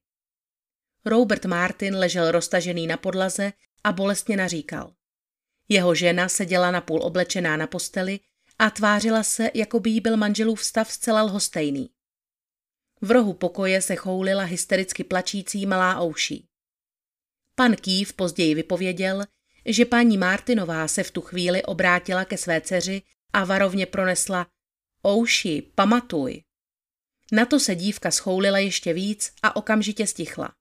Robert Martin ležel roztažený na podlaze a bolestně naříkal. Jeho žena seděla napůl oblečená na posteli a tvářila se, jako by jí byl manželův stav zcela lhostejný. V rohu pokoje se choulila hystericky plačící malá Ouši. Pan Keefe později vypověděl, že paní Martinová se v tu chvíli obrátila ke své dceři a varovně pronesla: Ouši, pamatuj. Na to se dívka schoulila ještě víc a okamžitě stichla.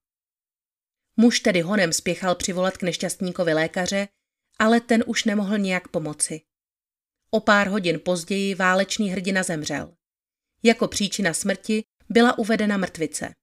Muž tedy honem spěchal přivolat k nešťastníkovi lékaře, ale ten už nemohl nijak pomoci. O pár hodin později válečný hrdina zemřel. Jako příčina smrti byla uvedena mrtvice.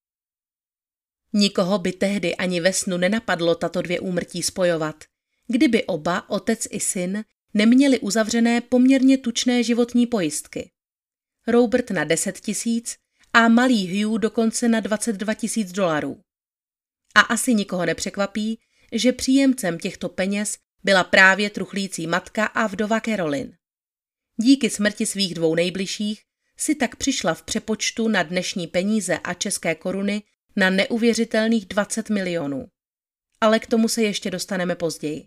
Nikoho by tehdy ani ve snu nenapadlo tato 2 úmrtí spojovat, kdyby oba, otec i syn, neměli uzavřené poměrně tučné životní pojistky. Robert na 10 000 a malý Hugh dokonce na $22 000. A asi nikoho nepřekvapí, že příjemcem těchto peněz byla právě truchlící matka a vdova Caroline. Díky smrti svých 2 nejbližších si tak přišla v přepočtu na dnešní peníze a české koruny na neuvěřitelných 20 milionů. Ale k tomu se ještě dostaneme později.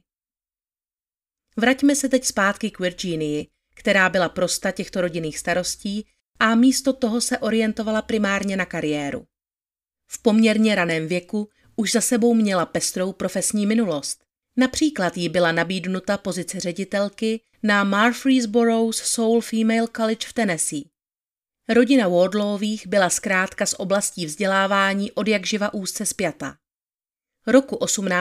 Vraťme se teď zpátky k Virginii, která byla prosta těchto rodinných starostí a místo toho se orientovala primárně na kariéru. V poměrně raném věku už za sebou měla pestrou profesní minulost. Například jí byla nabídnuta pozice ředitelky na Murfreesboro's Soul Female College v Tennessee. Rodina Wardlawových byla zkrátka s oblastí vzdělávání odjakživa úzce spjata. Roku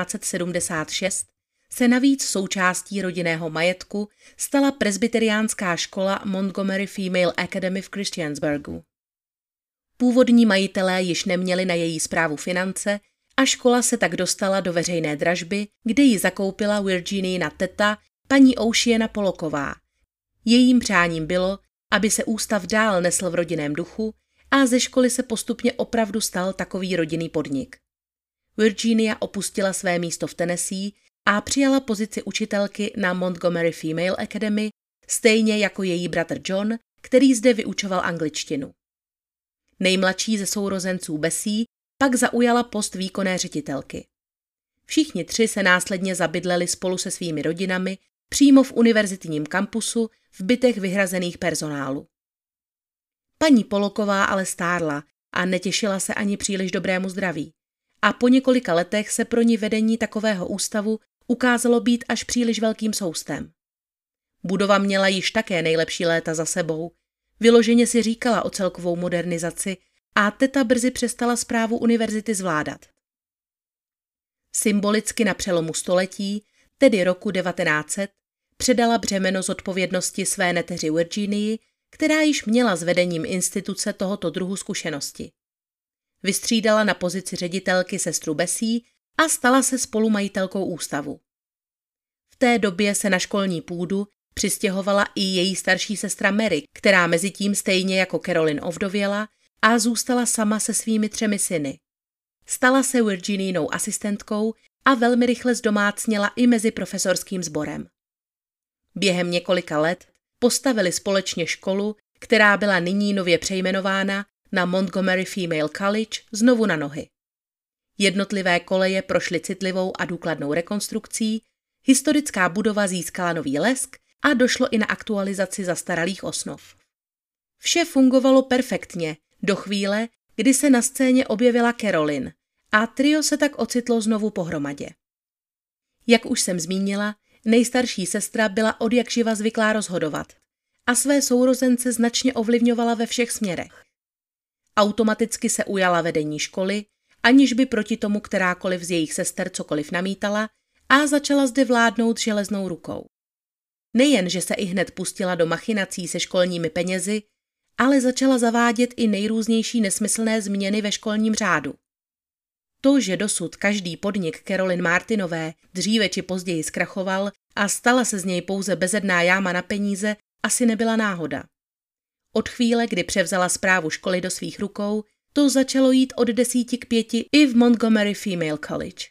1876 se navíc součástí rodinného majetku stala presbyteriánská škola Montgomery Female Academy v Christiansburgu. Původní majitelé již neměli na její správu finance a škola se tak dostala do veřejné dražby, kde ji zakoupila Virginiina teta, paní Oceana Polocková. Jejím přáním bylo, aby se ústav dál nesl v rodinném duchu a ze školy se postupně opravdu stal takový rodinný podnik. Virginia opustila své místo v Tennessee a přijala pozici učitelky na Montgomery Female Academy, stejně jako její bratr John, který zde vyučoval angličtinu. Nejmladší ze sourozenců Bessie pak zaujala post výkonné ředitelky. Všichni tři se následně zabydleli spolu se svými rodinami přímo v univerzitním kampusu v bytech vyhrazených personálu. Paní Pollockková ale stárla a netěšila se ani příliš dobrému zdraví a po několika letech se pro ní vedení takového ústavu ukázalo být až příliš velkým soustem. Budova měla již také nejlepší léta za sebou, vyloženě si říkala o celkovou modernizaci a teta brzy přestala správu univerzity zvládat. Symbolicky na přelomu století, tedy roku 1900, předala břemeno zodpovědnosti své neteři Virginii, která již měla s vedením instituce tohoto druhu zkušenosti. Vystřídala na pozici ředitelky sestru Bessie a stala se spolumajitelkou ústavu. V té době se na školní půdu přistěhovala i její starší sestra Mary, která mezitím stejně jako Caroline ovdověla a zůstala sama se svými 3 syny. Stala se Virginiinou asistentkou a velmi rychle zdomácněla i mezi profesorským sborem. Během několika let postavili společně školu, která byla nyní nově přejmenována na Montgomery Female College, znovu na nohy. Jednotlivé koleje prošly citlivou a důkladnou rekonstrukcí, historická budova získala nový lesk a došlo i na aktualizaci zastaralých osnov. Vše fungovalo perfektně do chvíle, kdy se na scéně objevila Caroline a trio se tak ocitlo znovu pohromadě. Jak už jsem zmínila, nejstarší sestra byla odjakživa zvyklá rozhodovat a své sourozence značně ovlivňovala ve všech směrech. Automaticky se ujala vedení školy, aniž by proti tomu kterákoliv z jejich sester cokoliv namítala a začala zde vládnout železnou rukou. Nejen, že se ihned pustila do machinací se školními penězi, ale začala zavádět i nejrůznější nesmyslné změny ve školním řádu. To, že dosud každý podnik Caroline Martinové dříve či později zkrachoval a stala se z něj pouze bezedná jáma na peníze, asi nebyla náhoda. Od chvíle, kdy převzala správu školy do svých rukou, to začalo jít od 10 k 5 i v Montgomery Female College.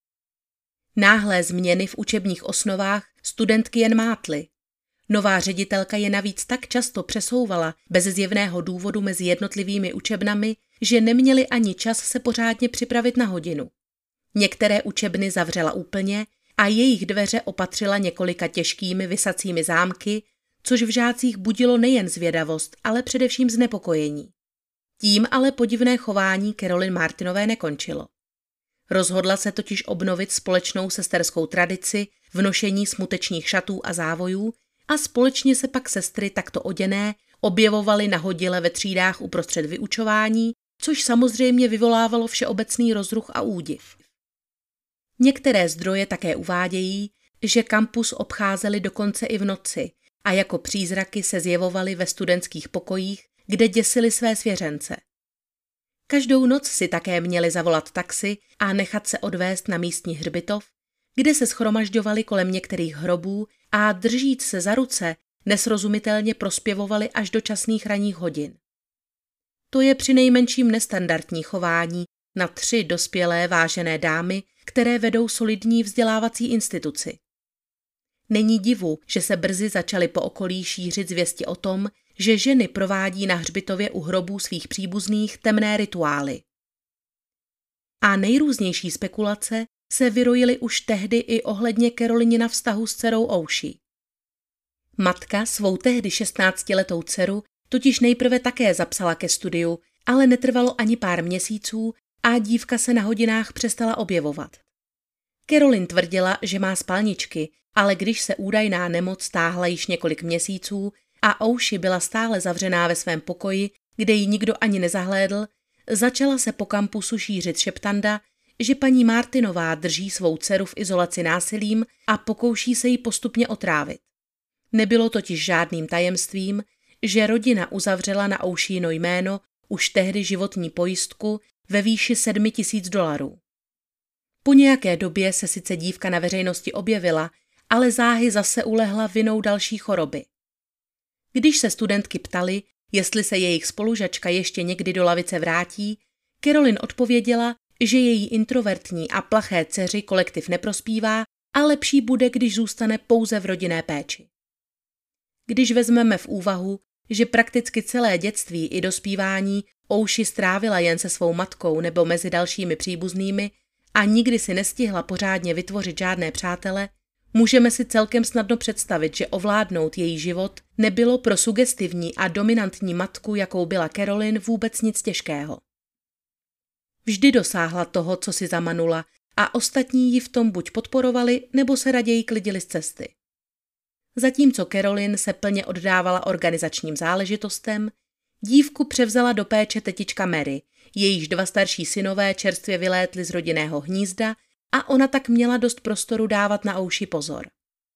Náhlé změny v učebních osnovách studentky jen mátly. Nová ředitelka je navíc tak často přesouvala bez zjevného důvodu mezi jednotlivými učebnami, že neměli ani čas se pořádně připravit na hodinu. Některé učebny zavřela úplně a jejich dveře opatřila několika těžkými visacími zámky, což v žácích budilo nejen zvědavost, ale především znepokojení. Tím ale podivné chování Caroline Martinové nekončilo. Rozhodla se totiž obnovit společnou sesterskou tradici v nošení smutečních šatů a závojů a společně se pak sestry takto oděné objevovaly nahodile ve třídách uprostřed vyučování, což samozřejmě vyvolávalo všeobecný rozruch a údiv. Některé zdroje také uvádějí, že kampus obcházeli dokonce i v noci a jako přízraky se zjevovaly ve studentských pokojích, kde děsili své svěřence. Každou noc si také měli zavolat taxi a nechat se odvést na místní hřbitov, kde se shromažďovali kolem některých hrobů a držíc se za ruce nesrozumitelně prospěvovali až do časných ranních hodin. To je přinejmenším nestandardní chování na 3 dospělé vážené dámy, které vedou solidní vzdělávací instituci. Není divu, že se brzy začaly po okolí šířit zvěsti o tom, že ženy provádí na hřbitově u hrobů svých příbuzných temné rituály. A nejrůznější spekulace se vyrojily už tehdy i ohledně Carolinina vztahu s dcerou Oushi. Matka svou tehdy 16letou dceru totiž nejprve také zapsala ke studiu, ale netrvalo ani pár měsíců a dívka se na hodinách přestala objevovat. Caroline tvrdila, že má spalničky, ale když se údajná nemoc táhla již několik měsíců a Oushi byla stále zavřená ve svém pokoji, kde ji nikdo ani nezahlédl, začala se po kampusu šířit šeptanda, že paní Martinová drží svou dceru v izolaci násilím a pokouší se ji postupně otrávit. Nebylo totiž žádným tajemstvím, že rodina uzavřela na Oushino jméno už tehdy životní pojistku ve výši $7,000. Po nějaké době se sice dívka na veřejnosti objevila, ale záhy zase ulehla vinou další choroby. Když se studentky ptali, jestli se jejich spolužačka ještě někdy do lavice vrátí, Caroline odpověděla, že její introvertní a plaché dceři kolektiv neprospívá a lepší bude, když zůstane pouze v rodinné péči. Když vezmeme v úvahu, že prakticky celé dětství i dospívání Ouši strávila jen se svou matkou nebo mezi dalšími příbuznými a nikdy si nestihla pořádně vytvořit žádné přátele, můžeme si celkem snadno představit, že ovládnout její život nebylo pro sugestivní a dominantní matku, jakou byla Carolyn, vůbec nic těžkého. Vždy dosáhla toho, co si zamanula, a ostatní ji v tom buď podporovali, nebo se raději klidili z cesty. Zatímco Carolyn se plně oddávala organizačním záležitostem, dívku převzala do péče tetička Mary, jejíž 2 starší synové čerstvě vylétli z rodinného hnízda a ona tak měla dost prostoru dávat na Ouši pozor.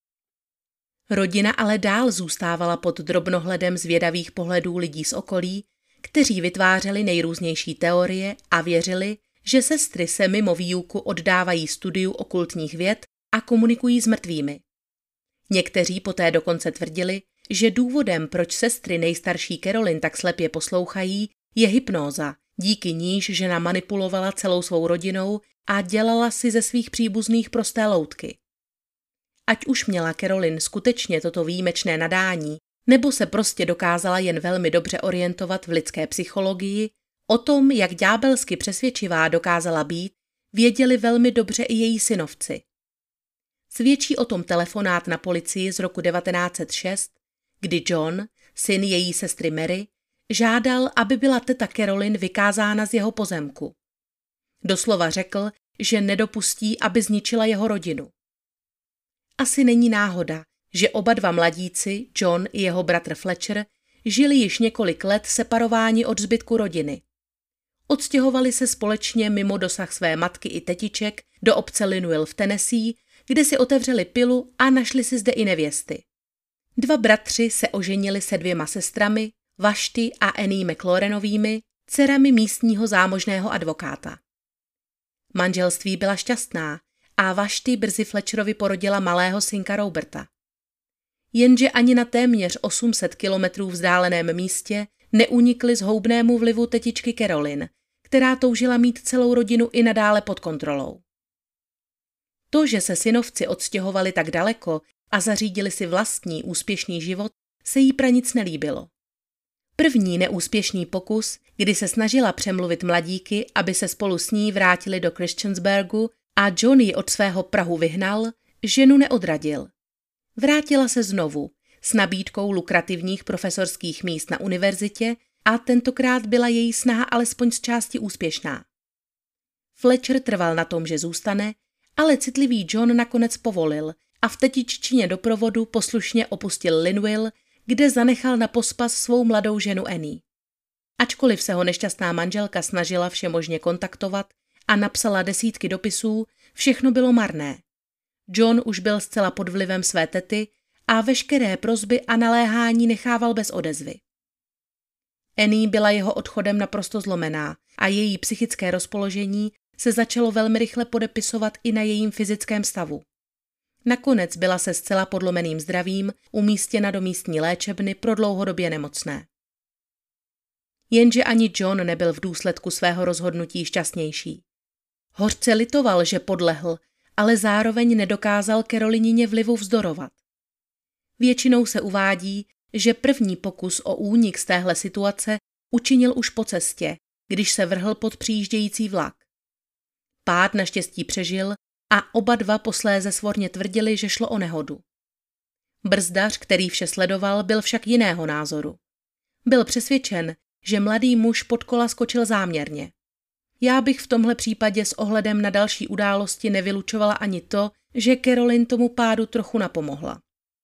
Rodina ale dál zůstávala pod drobnohledem zvědavých pohledů lidí z okolí, kteří vytvářeli nejrůznější teorie a věřili, že sestry se mimo výuku oddávají studiu okultních věd a komunikují s mrtvými. Někteří poté dokonce tvrdili, že důvodem, proč sestry nejstarší Carolyn tak slepě poslouchají, je hypnóza, díky níž žena manipulovala celou svou rodinou a dělala si ze svých příbuzných prosté loutky. Ať už měla Carolyn skutečně toto výjimečné nadání, nebo se prostě dokázala jen velmi dobře orientovat v lidské psychologii, o tom, jak ďábelsky přesvědčivá dokázala být, věděli velmi dobře i její synovci. Svědčí o tom telefonát na policii z roku 1906, kdy John, syn její sestry Mary, žádal, aby byla teta Carolyn vykázána z jeho pozemku. Doslova řekl, že nedopustí, aby zničila jeho rodinu. Asi není náhoda, že oba dva mladíci, John i jeho bratr Fletcher, žili již několik let separováni od zbytku rodiny. Odstěhovali se společně mimo dosah své matky i tetiček do obce Linville v Tennessee, kde si otevřeli pilu a našli si zde i nevěsty. 2 bratři se oženili se 2 sestrami, Vashti a Annie McLaurenovými, dcerami místního zámožného advokáta. Manželství byla šťastná a Vashti brzy Fletcherovi porodila malého synka Roberta. Jenže ani na téměř 800 kilometrů vzdáleném místě neunikli zhoubnému vlivu tetičky Carolyn, která toužila mít celou rodinu i nadále pod kontrolou. To, že se synovci odstěhovali tak daleko a zařídili si vlastní úspěšný život, se jí pranic nelíbilo. První neúspěšný pokus, kdy se snažila přemluvit mladíky, aby se spolu s ní vrátili do Christiansburgu a John ji od svého prahu vyhnal, ženu neodradil. Vrátila se znovu s nabídkou lukrativních profesorských míst na univerzitě a tentokrát byla její snaha alespoň z části úspěšná. Fletcher trval na tom, že zůstane, ale citlivý John nakonec povolil a v tetiččině doprovodu poslušně opustil Linville, kde zanechal na pospas svou mladou ženu Annie. Ačkoliv se ho nešťastná manželka snažila všemožně kontaktovat a napsala desítky dopisů, všechno bylo marné. John už byl zcela pod vlivem své tety a veškeré prosby a naléhání nechával bez odezvy. Annie byla jeho odchodem naprosto zlomená a její psychické rozpoložení se začalo velmi rychle podepisovat i na jejím fyzickém stavu. Nakonec byla se zcela podlomeným zdravím umístěna do místní léčebny pro dlouhodobě nemocné. Jenže ani John nebyl v důsledku svého rozhodnutí šťastnější. Hořce litoval, že podlehl, ale zároveň nedokázal Carolině vlivu vzdorovat. Většinou se uvádí, že první pokus o únik z téhle situace učinil už po cestě, když se vrhl pod přijíždějící vlak. Pád naštěstí přežil a oba dva posléze svorně tvrdili, že šlo o nehodu. Brzdař, který vše sledoval, byl však jiného názoru. Byl přesvědčen, že mladý muž pod kola skočil záměrně. Já bych v tomhle případě s ohledem na další události nevylučovala ani to, že Carolyn tomu pádu trochu napomohla.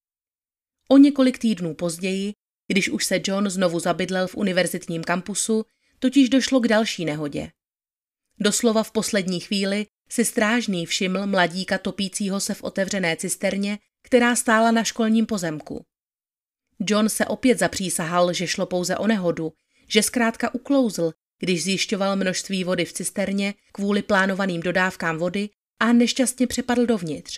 O několik týdnů později, když už se John znovu zabydlel v univerzitním kampusu, totiž došlo k další nehodě. Doslova v poslední chvíli si strážný všiml mladíka topícího se v otevřené cisterně, která stála na školním pozemku. John se opět zapřísahal, že šlo pouze o nehodu, že zkrátka uklouzl, když zjišťoval množství vody v cisterně kvůli plánovaným dodávkám vody a nešťastně přepadl dovnitř.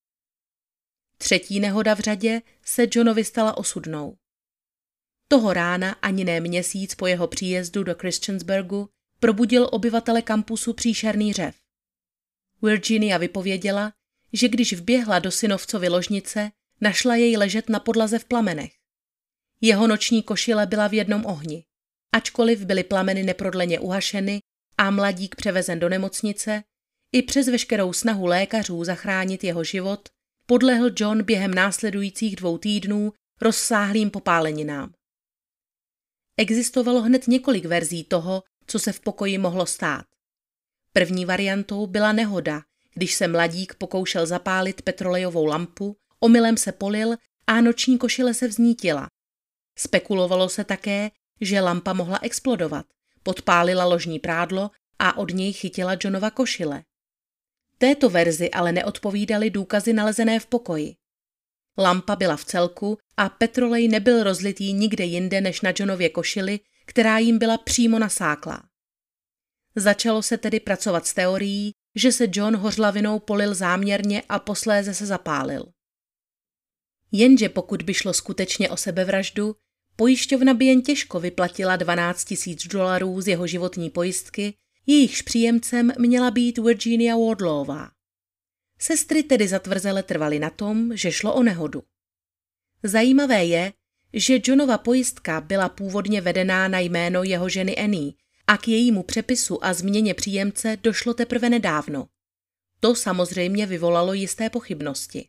Třetí nehoda v řadě se Johnovi stala osudnou. Toho rána, ani ne měsíc po jeho příjezdu do Christiansburgu, probudil obyvatele kampusu příšerný řev. Virginia vypověděla, že když vběhla do synovcovy ložnice, našla jej ležet na podlaze v plamenech. Jeho noční košile byla v jednom ohni. Ačkoliv byly plameny neprodleně uhašeny a mladík převezen do nemocnice, i přes veškerou snahu lékařů zachránit jeho život, podlehl John během následujících 2 týdnů rozsáhlým popáleninám. Existovalo hned několik verzí toho, co se v pokoji mohlo stát. První variantou byla nehoda, když se mladík pokoušel zapálit petrolejovou lampu, omylem se polil a noční košile se vznítila. Spekulovalo se také, že lampa mohla explodovat, podpálila ložní prádlo a od něj chytila Johnova košile. Této verzi ale neodpovídaly důkazy nalezené v pokoji. Lampa byla v celku a petrolej nebyl rozlitý nikde jinde než na Johnově košili, která jim byla přímo nasáklá. Začalo se tedy pracovat s teorií, že se John hořlavinou polil záměrně a posléze se zapálil. Jenže pokud by šlo skutečně o sebevraždu, pojišťovna by jen těžko vyplatila $12,000 z jeho životní pojistky, jejichž příjemcem měla být Virginia Wardlawová. Sestry tedy zatvrzele trvaly na tom, že šlo o nehodu. Zajímavé je, že Johnova pojistka byla původně vedená na jméno jeho ženy Annie a k jejímu přepisu a změně příjemce došlo teprve nedávno. To samozřejmě vyvolalo jisté pochybnosti.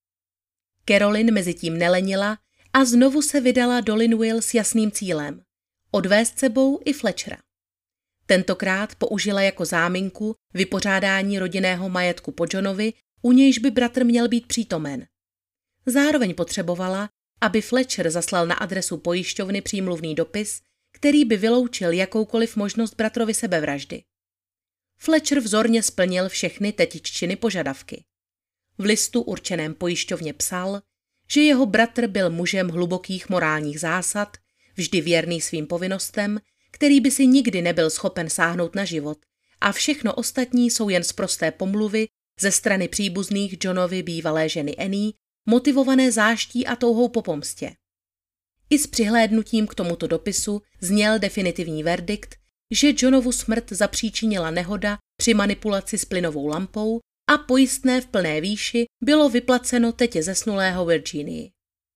Carolyn mezitím nelenila a znovu se vydala do Linville s jasným cílem – odvést sebou i Fletchera. Tentokrát použila jako záminku vypořádání rodinného majetku po Johnovi, u nějž by bratr měl být přítomen. Zároveň potřebovala, aby Fletcher zaslal na adresu pojišťovny přímluvný dopis, který by vyloučil jakoukoliv možnost bratrovi sebevraždy. Fletcher vzorně splnil všechny tetiččiny požadavky. V listu určeném pojišťovně psal, že jeho bratr byl mužem hlubokých morálních zásad, vždy věrný svým povinnostem, který by si nikdy nebyl schopen sáhnout na život, a všechno ostatní jsou jen sprosté pomluvy ze strany příbuzných Johnovy bývalé ženy Annie, motivované záští a touhou po pomstě. I s přihlédnutím k tomuto dopisu zněl definitivní verdikt, že Johnovu smrt zapříčinila nehoda při manipulaci s plynovou lampou a pojistné v plné výši bylo vyplaceno tetě zesnulého Virginii.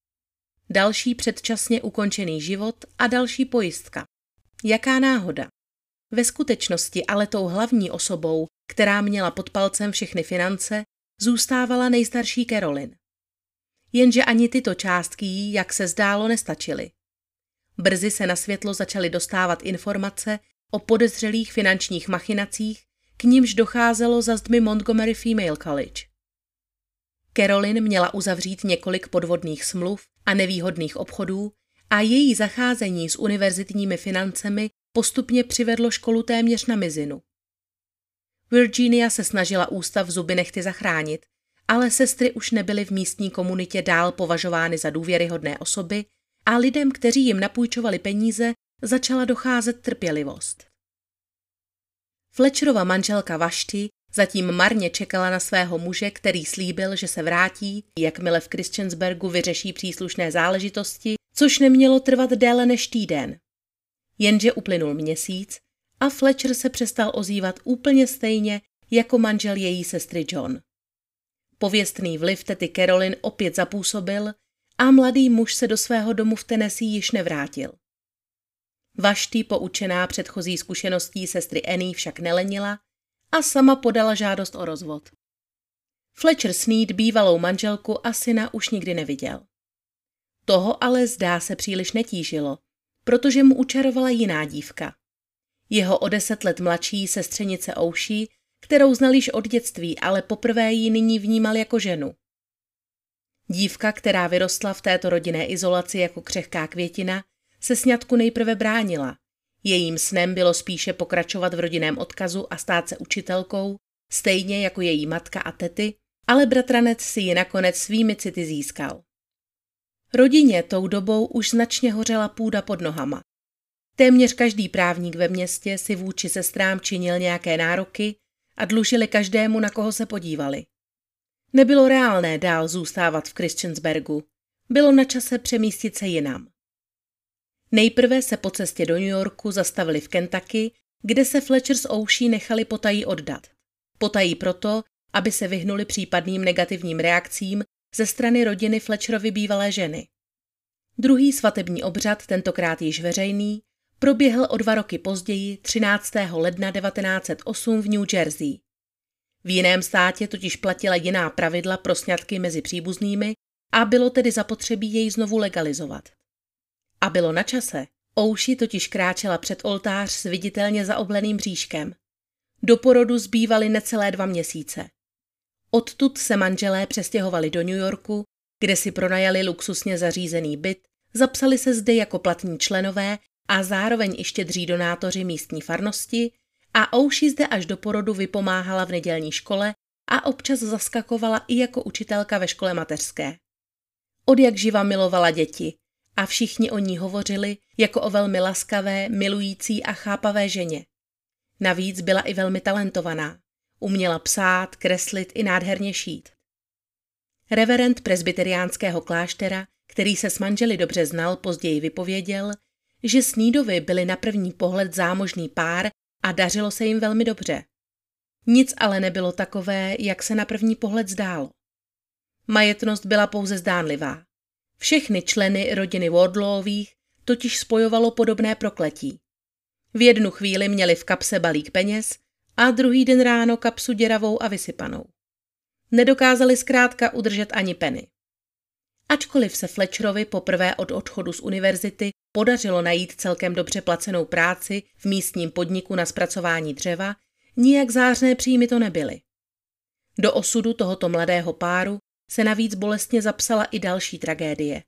Další předčasně ukončený život a další pojistka. Jaká náhoda. Ve skutečnosti ale tou hlavní osobou, která měla pod palcem všechny finance, zůstávala nejstarší Carolyn. Jenže ani tyto částky jí, jak se zdálo, nestačily. Brzy se na světlo začaly dostávat informace o podezřelých finančních machinacích, k nimž docházelo za zdmi Montgomery Female College. Carolyn měla uzavřít několik podvodných smluv a nevýhodných obchodů a její zacházení s univerzitními financemi postupně přivedlo školu téměř na mizinu. Virginia se snažila ústav zuby nehty zachránit, ale sestry už nebyly v místní komunitě dál považovány za důvěryhodné osoby a lidem, kteří jim napůjčovali peníze, začala docházet trpělivost. Fletcherova manželka Vashti zatím marně čekala na svého muže, který slíbil, že se vrátí, jakmile v Christiansburgu vyřeší příslušné záležitosti, což nemělo trvat déle než týden. Jenže uplynul měsíc a Fletcher se přestal ozývat úplně stejně jako manžel její sestry John. Pověstný vliv tety Carolyn opět zapůsobil a mladý muž se do svého domu v Tennessee již nevrátil. Vashti, poučená předchozí zkušeností sestry Annie, však nelenila a sama podala žádost o rozvod. Fletcher Sneed bývalou manželku a syna už nikdy neviděl. Toho ale zdá se příliš netížilo, protože mu učarovala jiná dívka. Jeho o 10 let mladší sestřenice Oushi, kterou znal již od dětství, ale poprvé ji nyní vnímal jako ženu. Dívka, která vyrostla v této rodinné izolaci jako křehká květina, se sňatku nejprve bránila. Jejím snem bylo spíše pokračovat v rodinném odkazu a stát se učitelkou, stejně jako její matka a tety, ale bratranec si ji nakonec svými city získal. Rodině tou dobou už značně hořela půda pod nohama. Téměř každý právník ve městě si vůči sestrám činil nějaké nároky a dlužili každému, na koho se podívali. Nebylo reálné dál zůstávat v Christiansburgu, bylo na čase přemístit se jinam. Nejprve se po cestě do New Yorku zastavili v Kentucky, kde se Fletcher s Oushi nechali potají oddat. Potají proto, aby se vyhnuli případným negativním reakcím ze strany rodiny Fletcherovy bývalé ženy. Druhý svatební obřad, tentokrát již veřejný, proběhl o 2 roky později, 13. ledna 1908 v New Jersey. V jiném státě totiž platila jiná pravidla pro sňatky mezi příbuznými a bylo tedy zapotřebí jej znovu legalizovat. A bylo na čase. Ouši totiž kráčela před oltář s viditelně zaobleným bříškem. Do porodu zbývaly necelé 2 měsíce. Odtud se manželé přestěhovali do New Yorku, kde si pronajali luxusně zařízený byt, zapsali se zde jako platní členové a zároveň i štědří donátoři místní farnosti a Ouši zde až do porodu vypomáhala v nedělní škole a občas zaskakovala i jako učitelka ve škole mateřské. Odjakživa milovala děti a všichni o ní hovořili jako o velmi laskavé, milující a chápavé ženě. Navíc byla i velmi talentovaná. Uměla psát, kreslit i nádherně šít. Reverend presbyteriánského kláštera, který se s manželi dobře znal, později vypověděl, že Sneadovi byli na první pohled zámožný pár a dařilo se jim velmi dobře. Nic ale nebylo takové, jak se na první pohled zdálo. Majetnost byla pouze zdánlivá. Všechny členy rodiny Wardlawových totiž spojovalo podobné prokletí. V jednu chvíli měli v kapse balík peněz a druhý den ráno kapsu děravou a vysypanou. Nedokázali zkrátka udržet ani penny. Ačkoliv se Fletcherovi poprvé od odchodu z univerzity podařilo najít celkem dobře placenou práci v místním podniku na zpracování dřeva, nijak zářné příjmy to nebyly. Do osudu tohoto mladého páru se navíc bolestně zapsala i další tragédie.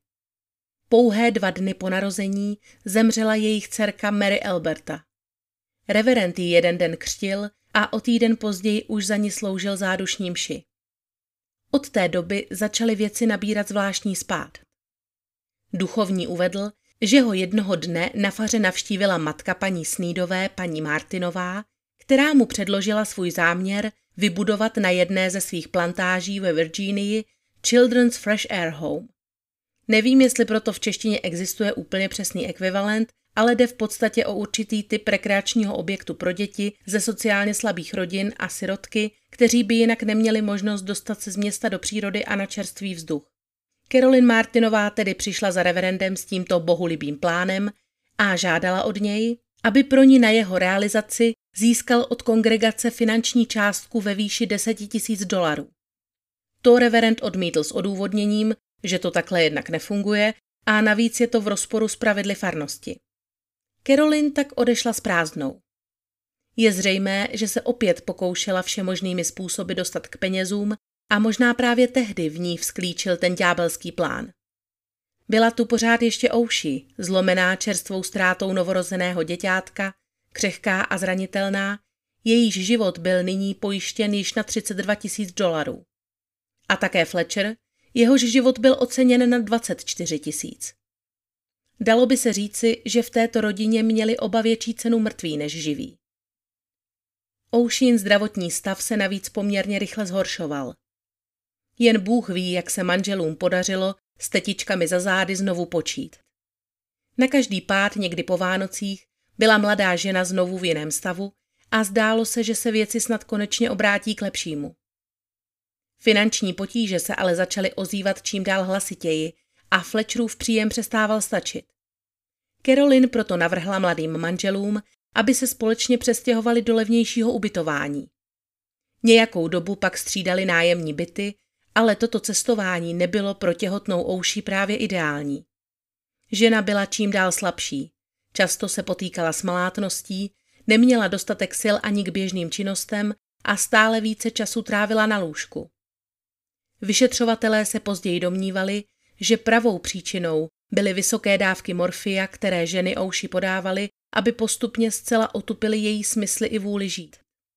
Pouhé 2 dny po narození zemřela jejich dcerka Mary Alberta. Reverend ji jeden den křtil a o týden později už za ní sloužil zádušní mši. Od té doby začaly věci nabírat zvláštní spád. Duchovní uvedl, že ho jednoho dne na faře navštívila matka paní Sneadové, paní Martinová, která mu předložila svůj záměr vybudovat na jedné ze svých plantáží ve Virginii Children's Fresh Air Home. Nevím, jestli proto v češtině existuje úplně přesný ekvivalent, ale jde v podstatě o určitý typ rekreačního objektu pro děti ze sociálně slabých rodin a sirotky, kteří by jinak neměli možnost dostat se z města do přírody a na čerstvý vzduch. Carolyn Martinová tedy přišla za reverendem s tímto bohulibým plánem a žádala od něj, aby pro ní na jeho realizaci získal od kongregace finanční částku ve výši $10,000. To reverend odmítl s odůvodněním, že to takhle jednak nefunguje a navíc je to v rozporu s pravidly farnosti. Carolyn tak odešla s prázdnou. Je zřejmé, že se opět pokoušela všemožnými způsoby dostat k penězům a možná právě tehdy v ní vzklíčil ten ďábelský plán. Byla tu pořád ještě Ouši, zlomená čerstvou ztrátou novorozeného děťátka, křehká a zranitelná, jejíž život byl nyní pojištěn již na $32,000. A také Fletcher, jehož život byl oceněn na $24,000. Dalo by se říci, že v této rodině měli oba větší cenu mrtví než živí. Oušin zdravotní stav se navíc poměrně rychle zhoršoval. Jen Bůh ví, jak se manželům podařilo s tetičkami za zády znovu počít. Na každý pád někdy po Vánocích byla mladá žena znovu v jiném stavu a zdálo se, že se věci snad konečně obrátí k lepšímu. Finanční potíže se ale začaly ozývat čím dál hlasitěji a Fletcherův příjem přestával stačit. Carolyn proto navrhla mladým manželům, aby se společně přestěhovali do levnějšího ubytování. Nějakou dobu pak střídali nájemní byty, ale toto cestování nebylo pro těhotnou Ouši právě ideální. Žena byla čím dál slabší, často se potýkala s malátností, neměla dostatek sil ani k běžným činnostem a stále více času trávila na lůžku. Vyšetřovatelé se později domnívali, že pravou příčinou byly vysoké dávky morfia, které ženy Ouši podávaly, aby postupně zcela otupily její smysly i vůli žít.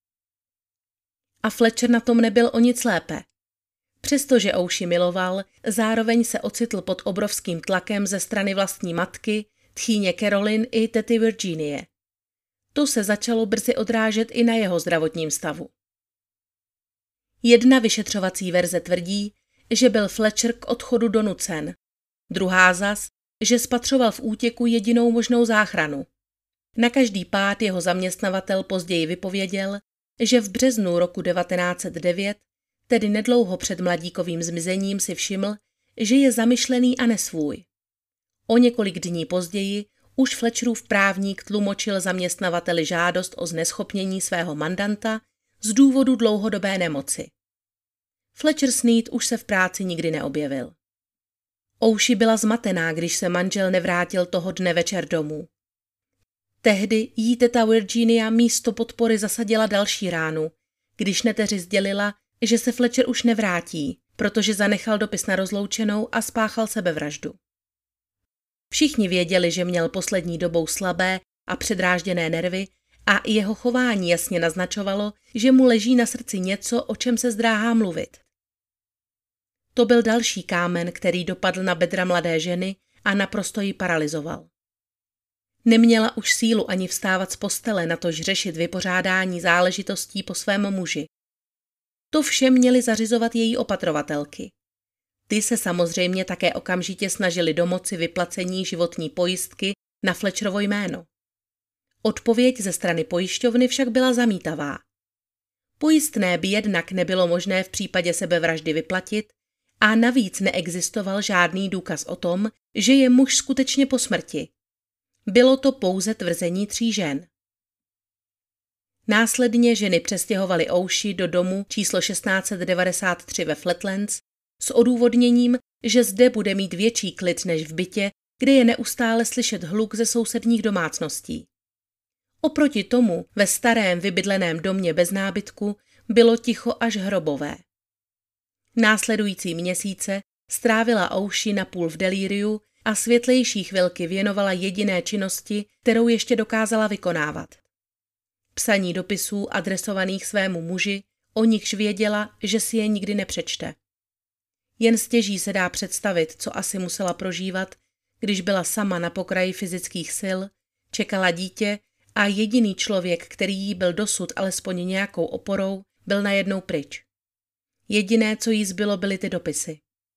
A Fletcher na tom nebyl o nic lépe. Přestože Ouši miloval, zároveň se ocitl pod obrovským tlakem ze strany vlastní matky, tchýně Carolyn i tety Virginie. To se začalo brzy odrážet i na jeho zdravotním stavu. Jedna vyšetřovací verze tvrdí, že byl Fletcher k odchodu donucen, druhá zas, že spatřoval v útěku jedinou možnou záchranu. Na každý pád jeho zaměstnavatel později vypověděl, že v březnu roku 1909, tedy nedlouho před mladíkovým zmizením, si všiml, že je zamyšlený a nesvůj. O několik dní později už Fletcherův právník tlumočil zaměstnavateli žádost o zneschopnění svého mandanta z důvodu dlouhodobé nemoci. Fletcher Sneed už se v práci nikdy neobjevil. Oushi byla zmatená, když se manžel nevrátil toho dne večer domů. Tehdy jí teta Virginia místo podpory zasadila další ránu, když neteři sdělila, že se Fletcher už nevrátí, protože zanechal dopis na rozloučenou a spáchal sebevraždu. Všichni věděli, že měl poslední dobou slabé a předrážděné nervy a i jeho chování jasně naznačovalo, že mu leží na srdci něco, o čem se zdráhá mluvit. To byl další kámen, který dopadl na bedra mladé ženy a naprosto ji paralyzoval. Neměla už sílu ani vstávat z postele, natož řešit vypořádání záležitostí po svém muži. To vše měly zařizovat její opatrovatelky. Ty se samozřejmě také okamžitě snažili domoci vyplacení životní pojistky na Fletcherovo jméno. Odpověď ze strany pojišťovny však byla zamítavá. Pojistné by jednak nebylo možné v případě sebevraždy vyplatit a navíc neexistoval žádný důkaz o tom, že je muž skutečně po smrti. Bylo to pouze tvrzení 3 žen. Následně ženy přestěhovaly Oushi do domu číslo 1693 ve Flatlands s odůvodněním, že zde bude mít větší klid než v bytě, kde je neustále slyšet hluk ze sousedních domácností. Oproti tomu ve starém vybydleném domě bez nábytku bylo ticho až hrobové. Následující měsíce strávila Oushi napůl v delíriu a světlejší chvilky věnovala jediné činnosti, kterou ještě dokázala vykonávat. Psaní dopisů adresovaných svému muži, o nichž věděla, že si je nikdy nepřečte. Jen stěží se dá představit, co asi musela prožívat, když byla sama na pokraji fyzických sil, čekala dítě a jediný člověk, který jí byl dosud alespoň nějakou oporou, byl najednou pryč. Jediné, co jí zbylo, byly ty dopisy.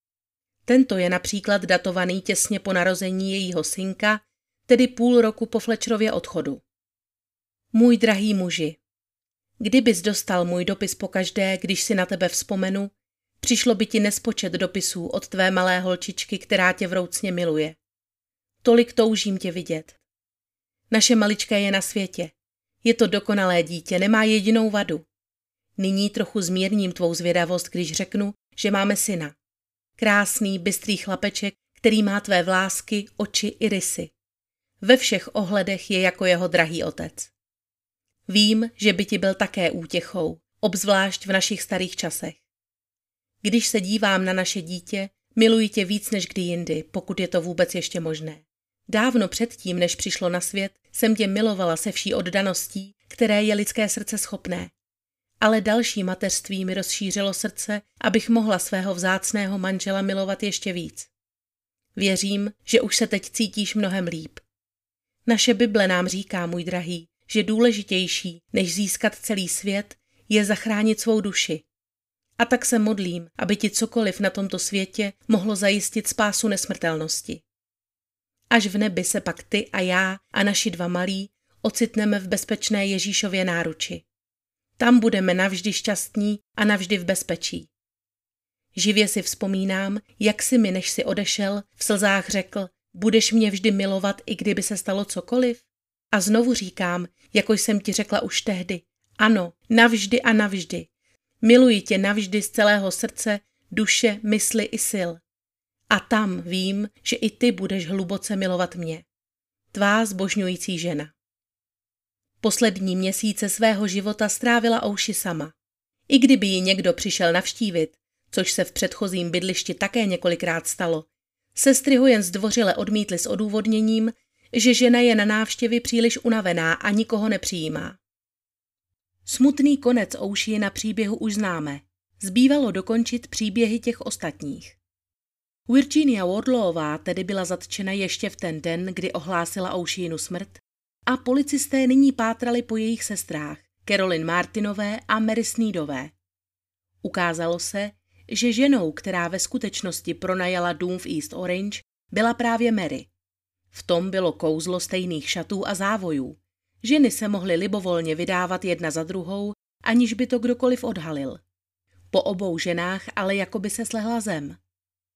Tento je například datovaný těsně po narození jejího synka, tedy půl roku po Fletcherově odchodu. Můj drahý muži, kdybys dostal můj dopis pokaždé, když si na tebe vzpomenu, přišlo by ti nespočet dopisů od tvé malé holčičky, která tě vroucně miluje. Tolik toužím tě vidět. Naše malička je na světě. Je to dokonalé dítě, nemá jedinou vadu. Nyní trochu zmírním tvou zvědavost, když řeknu, že máme syna. Krásný, bystrý chlapeček, který má tvé vlásky, oči i rysy. Ve všech ohledech je jako jeho drahý otec. Vím, že by ti byl také útěchou, obzvlášť v našich starých časech. Když se dívám na naše dítě, miluji tě víc než kdy jindy, pokud je to vůbec ještě možné. Dávno předtím, než přišlo na svět, jsem tě milovala se vší oddaností, které je lidské srdce schopné. Ale další mateřství mi rozšířilo srdce, abych mohla svého vzácného manžela milovat ještě víc. Věřím, že už se teď cítíš mnohem líp. Naše Bible nám říká, můj drahý, že důležitější, než získat celý svět, je zachránit svou duši. A tak se modlím, aby ti cokoliv na tomto světě mohlo zajistit spásu nesmrtelnosti. Až v nebi se pak ty a já a naši 2 malí ocitneme v bezpečné Ježíšově náruči. Tam budeme navždy šťastní a navždy v bezpečí. Živě si vzpomínám, jak si mi, než si odešel, v slzách řekl, budeš mě vždy milovat, i kdyby se stalo cokoliv? A znovu říkám, jako jsem ti řekla už tehdy, ano, navždy a navždy. Miluji tě navždy z celého srdce, duše, mysli i sil. A tam vím, že i ty budeš hluboce milovat mě. Tvá zbožňující žena. Poslední měsíce svého života strávila Oushi sama. I kdyby ji někdo přišel navštívit, což se v předchozím bydlišti také několikrát stalo, sestry ho jen zdvořile odmítly s odůvodněním, že žena je na návštěvy příliš unavená a nikoho nepřijímá. Smutný konec Oushi na příběhu už známe. Zbývalo dokončit příběhy těch ostatních. Virginia Wardlowová tedy byla zatčena ještě v ten den, kdy ohlásila Oushinu smrt, a policisté nyní pátrali po jejich sestrách, Caroline Martinové a Mary Sneedové. Ukázalo se, že ženou, která ve skutečnosti pronajala dům v East Orange, byla právě Mary. V tom bylo kouzlo stejných šatů a závojů. Ženy se mohly libovolně vydávat jedna za druhou, aniž by to kdokoliv odhalil. Po obou ženách ale jakoby se slehla zem.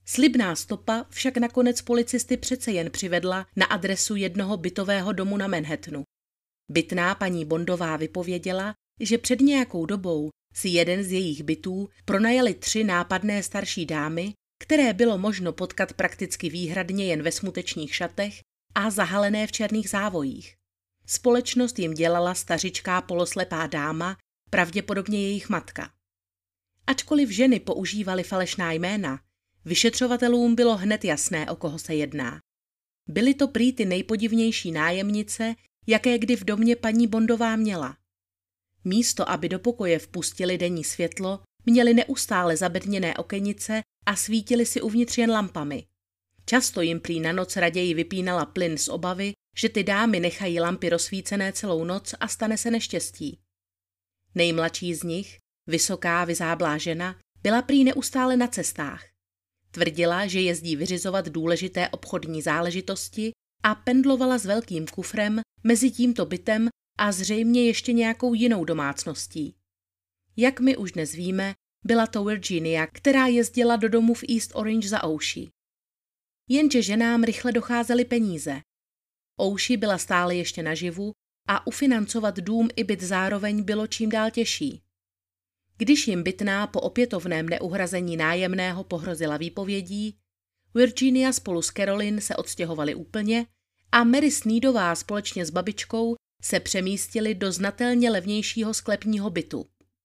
Slibná stopa však nakonec policisty přece jen přivedla na adresu jednoho bytového domu na Manhattanu. Bytná paní Bondová vypověděla, že před nějakou dobou si jeden z jejich bytů pronajali 3 nápadné starší dámy, které bylo možno potkat prakticky výhradně jen ve smutečních šatech a zahalené v černých závojích. Společnost jim dělala stařičká poloslepá dáma, pravděpodobně jejich matka. Ačkoliv ženy používaly falešná jména, vyšetřovatelům bylo hned jasné, o koho se jedná. Byly to prý ty nejpodivnější nájemnice, jaké kdy v domě paní Bondová měla. Místo, aby do pokoje vpustili denní světlo, měli neustále zabedněné okenice a svítili si uvnitř jen lampami. Často jim prý na noc raději vypínala plyn z obavy, že ty dámy nechají lampy rozsvícené celou noc a stane se neštěstí. Nejmladší z nich, vysoká vyzáblá žena, byla prý neustále na cestách. Tvrdila, že jezdí vyřizovat důležité obchodní záležitosti a pendlovala s velkým kufrem mezi tímto bytem a zřejmě ještě nějakou jinou domácností. Jak my už dnes víme, byla to Virginia, která jezdila do domu v East Orange za Oushi. Jenže ženám rychle docházely peníze. Oushi byla stále ještě naživu a ufinancovat dům i byt zároveň bylo čím dál těžší. Když jim bytná po opětovném neuhrazení nájemného pohrozila výpovědí, Virginia spolu s Carolyn se odstěhovali úplně a Mary Sneedová společně s babičkou se přemístili do znatelně levnějšího sklepního bytu.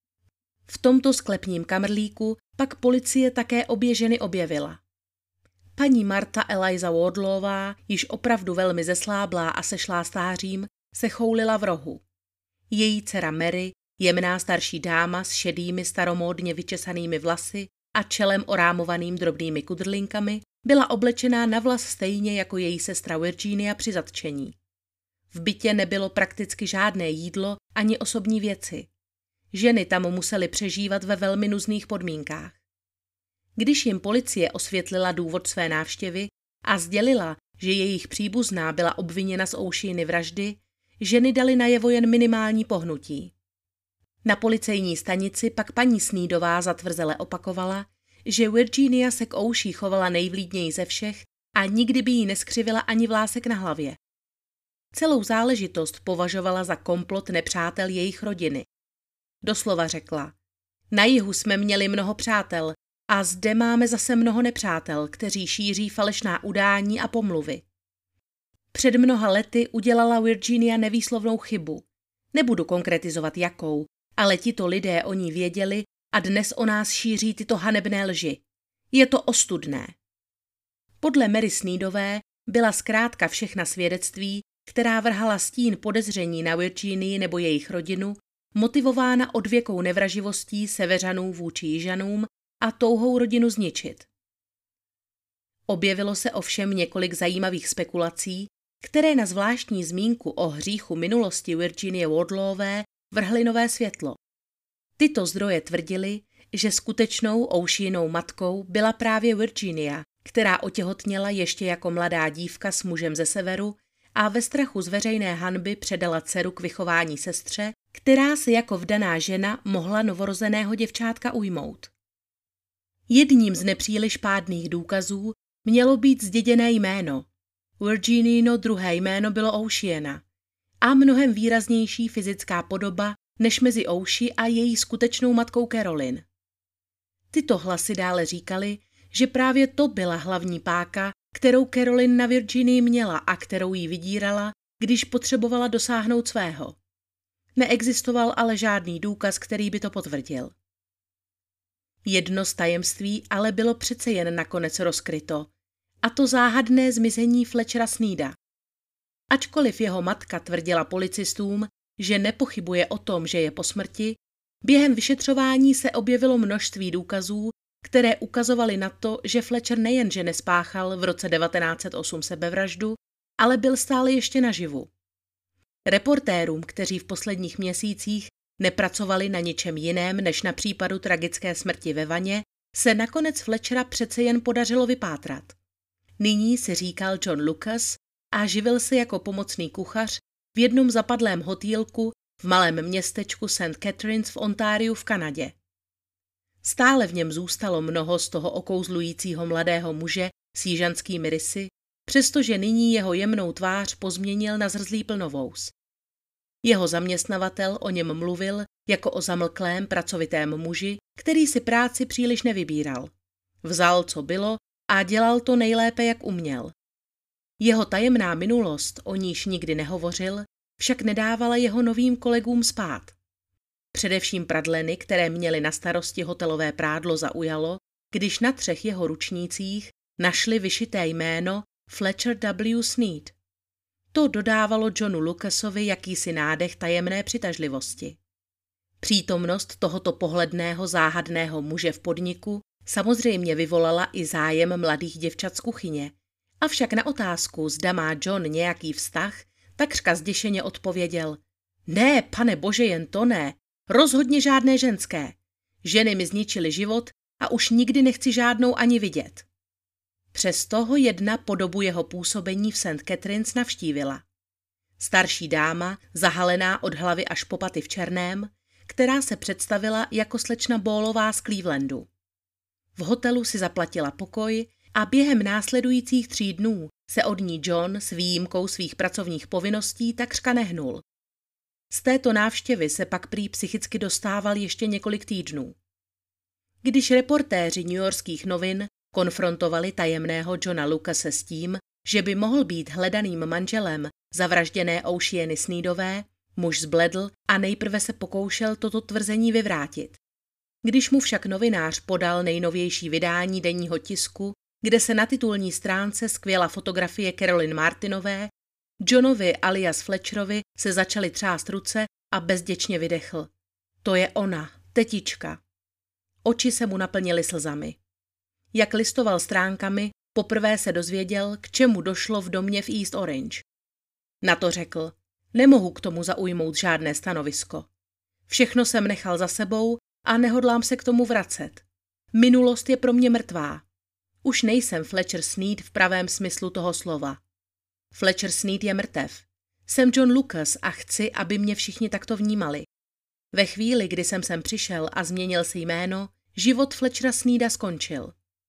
V tomto sklepním kamrlíku pak policie také obě ženy objevila. Paní Martha Eliza Wardlowová, již opravdu velmi zesláblá a sešlá stářím, se choulila v rohu. Její dcera Mary, jemná starší dáma s šedými staromódně vyčesanými vlasy a čelem orámovaným drobnými kudrlinkami, byla oblečená na vlas stejně jako její sestra Virginia při zatčení. V bytě nebylo prakticky žádné jídlo ani osobní věci. Ženy tam musely přežívat ve velmi nuzných podmínkách. Když jim policie osvětlila důvod své návštěvy a sdělila, že jejich příbuzná byla obviněna z Oushiny vraždy, ženy dali najevo jen minimální pohnutí. Na policejní stanici pak paní Sneedová zatvrzele opakovala, že Virginia se k Oushi chovala nejvlídněji ze všech a nikdy by jí neskřivila ani vlásek na hlavě. Celou záležitost považovala za komplot nepřátel jejich rodiny. Doslova řekla: na jihu jsme měli mnoho přátel a zde máme zase mnoho nepřátel, kteří šíří falešná udání a pomluvy. Před mnoha lety udělala Virginia nevýslovnou chybu. Nebudu konkretizovat jakou, ale tito lidé o ní věděli a dnes o nás šíří tyto hanebné lži. Je to ostudné. Podle Mary Sneedové byla zkrátka všechna svědectví, která vrhala stín podezření na Virginii nebo jejich rodinu, motivována odvěkou nevraživostí Seveřanů vůči Jižanům a touhou rodinu zničit. Objevilo se ovšem několik zajímavých spekulací, které na zvláštní zmínku o hříchu minulosti Virginie Wardlowové vrhly nové světlo. Tyto zdroje tvrdily, že skutečnou Oushinou matkou byla právě Virginia, která otěhotněla ještě jako mladá dívka s mužem ze severu a ve strachu z veřejné hanby předala dceru k vychování sestře, která se jako vdaná žena mohla novorozeného děvčátka ujmout. Jedním z nepříliš pádných důkazů mělo být zděděné jméno. Virginino druhé jméno bylo Oushiena a mnohem výraznější fyzická podoba než mezi Oushi a její skutečnou matkou Carolyn. Tyto hlasy dále říkaly, že právě to byla hlavní páka, kterou Carolyn na Virginii měla a kterou jí vydírala, když potřebovala dosáhnout svého. Neexistoval ale žádný důkaz, který by to potvrdil. Jedno z tajemství ale bylo přece jen nakonec rozkryto, a to záhadné zmizení Fletchera Sneeda. Ačkoliv jeho matka tvrdila policistům, že nepochybuje o tom, že je po smrti, během vyšetřování se objevilo množství důkazů, které ukazovaly na to, že Fletcher nejenže nespáchal v roce 1908 sebevraždu, ale byl stále ještě naživu. Reportérům, kteří v posledních měsících nepracovali na ničem jiném než na případu tragické smrti ve vaně, se nakonec Fletchera přece jen podařilo vypátrat. Nyní si říkal John Lucas a živil se jako pomocný kuchař v jednom zapadlém hotýlku v malém městečku St. Catharines v Ontariu v Kanadě. Stále v něm zůstalo mnoho z toho okouzlujícího mladého muže s jižanskými rysy, přestože nyní jeho jemnou tvář pozměnil na zrzlý plnovous. Jeho zaměstnavatel o něm mluvil jako o zamlklém pracovitém muži, který si práci příliš nevybíral. Vzal, co bylo, a dělal to nejlépe, jak uměl. Jeho tajemná minulost, o níž nikdy nehovořil, však nedávala jeho novým kolegům spát. Především pradleny, které měly na starosti hotelové prádlo, zaujalo, když na 3 jeho ručnících našli vyšité jméno Fletcher W. Sneed. To dodávalo Johnu Lucasovi jakýsi nádech tajemné přitažlivosti. Přítomnost tohoto pohledného záhadného muže v podniku samozřejmě vyvolala i zájem mladých děvčat z kuchyně, avšak na otázku, zda má John nějaký vztah, takřka zděšeně odpověděl: Ne, pane bože, jen to ne, rozhodně žádné ženské. Ženy mi zničily život a už nikdy nechci žádnou ani vidět. Přesto ho jedna po dobu jeho působení v St. Catharines navštívila. Starší dáma, zahalená od hlavy až po paty v černém, která se představila jako slečna Ballová z Clevelandu. V hotelu si zaplatila pokoj a během následujících 3 dnů se od ní John s výjimkou svých pracovních povinností takřka nehnul. Z této návštěvy se pak prý psychicky dostával ještě několik týdnů. Když reportéři newyorských novin konfrontovali tajemného Johna Lucase s tím, že by mohl být hledaným manželem zavražděné Oceany Sneedové, muž zbledl a nejprve se pokoušel toto tvrzení vyvrátit. Když mu však novinář podal nejnovější vydání denního tisku, kde se na titulní stránce skvěla fotografie Caroline Martinové, Johnovi alias Fletcherovi se začaly třást ruce a bezděčně vydechl. To je ona, tetička. Oči se mu naplnily slzami. Jak listoval stránkami, poprvé se dozvěděl, k čemu došlo v domě v East Orange. Na to řekl: Nemohu k tomu zaujmout žádné stanovisko. Všechno jsem nechal za sebou a nehodlám se k tomu vracet. Minulost je pro mě mrtvá. Už nejsem Fletcher Sneed v pravém smyslu toho slova. Fletcher Sneed je mrtev. Jsem John Lucas a chci, aby mě všichni takto vnímali. Ve chvíli, kdy jsem sem přišel a změnil si jméno, život Fletchera Sneeda skončil.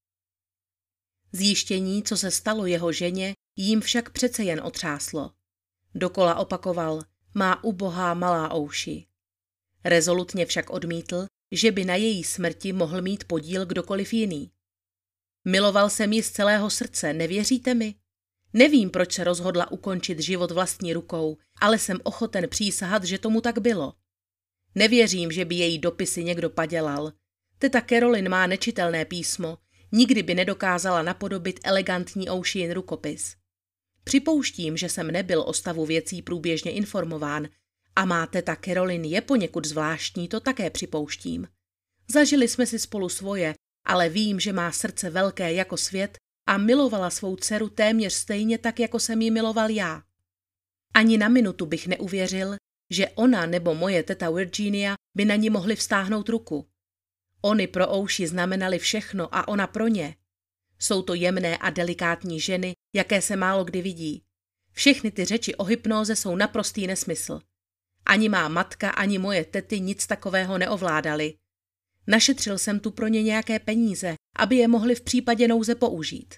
Zjištění, co se stalo jeho ženě, jím však přece jen otřáslo. Dokola opakoval: Má ubohá malá ouši. Rezolutně však odmítl, že by na její smrti mohl mít podíl kdokoliv jiný. Miloval jsem ji z celého srdce, nevěříte mi? Nevím, proč se rozhodla ukončit život vlastní rukou, ale jsem ochoten přísahat, že tomu tak bylo. Nevěřím, že by její dopisy někdo padělal. Teta Caroline má nečitelné písmo, nikdy by nedokázala napodobit elegantní Ocean rukopis. Připouštím, že jsem nebyl o stavu věcí průběžně informován a má teta Caroline je poněkud zvláštní, to také připouštím. Zažili jsme si spolu svoje, ale vím, že má srdce velké jako svět a milovala svou dceru téměř stejně tak, jako jsem ji miloval já. Ani na minutu bych neuvěřil, že ona nebo moje teta Virginia by na ní mohly vztáhnout ruku. Ony pro Ouši znamenaly všechno a ona pro ně. Jsou to jemné a delikátní ženy, jaké se málo kdy vidí. Všechny ty řeči o hypnóze jsou naprostý nesmysl. Ani má matka, ani moje tety nic takového neovládali. Našetřil jsem tu pro ně nějaké peníze, aby je mohli v případě nouze použít.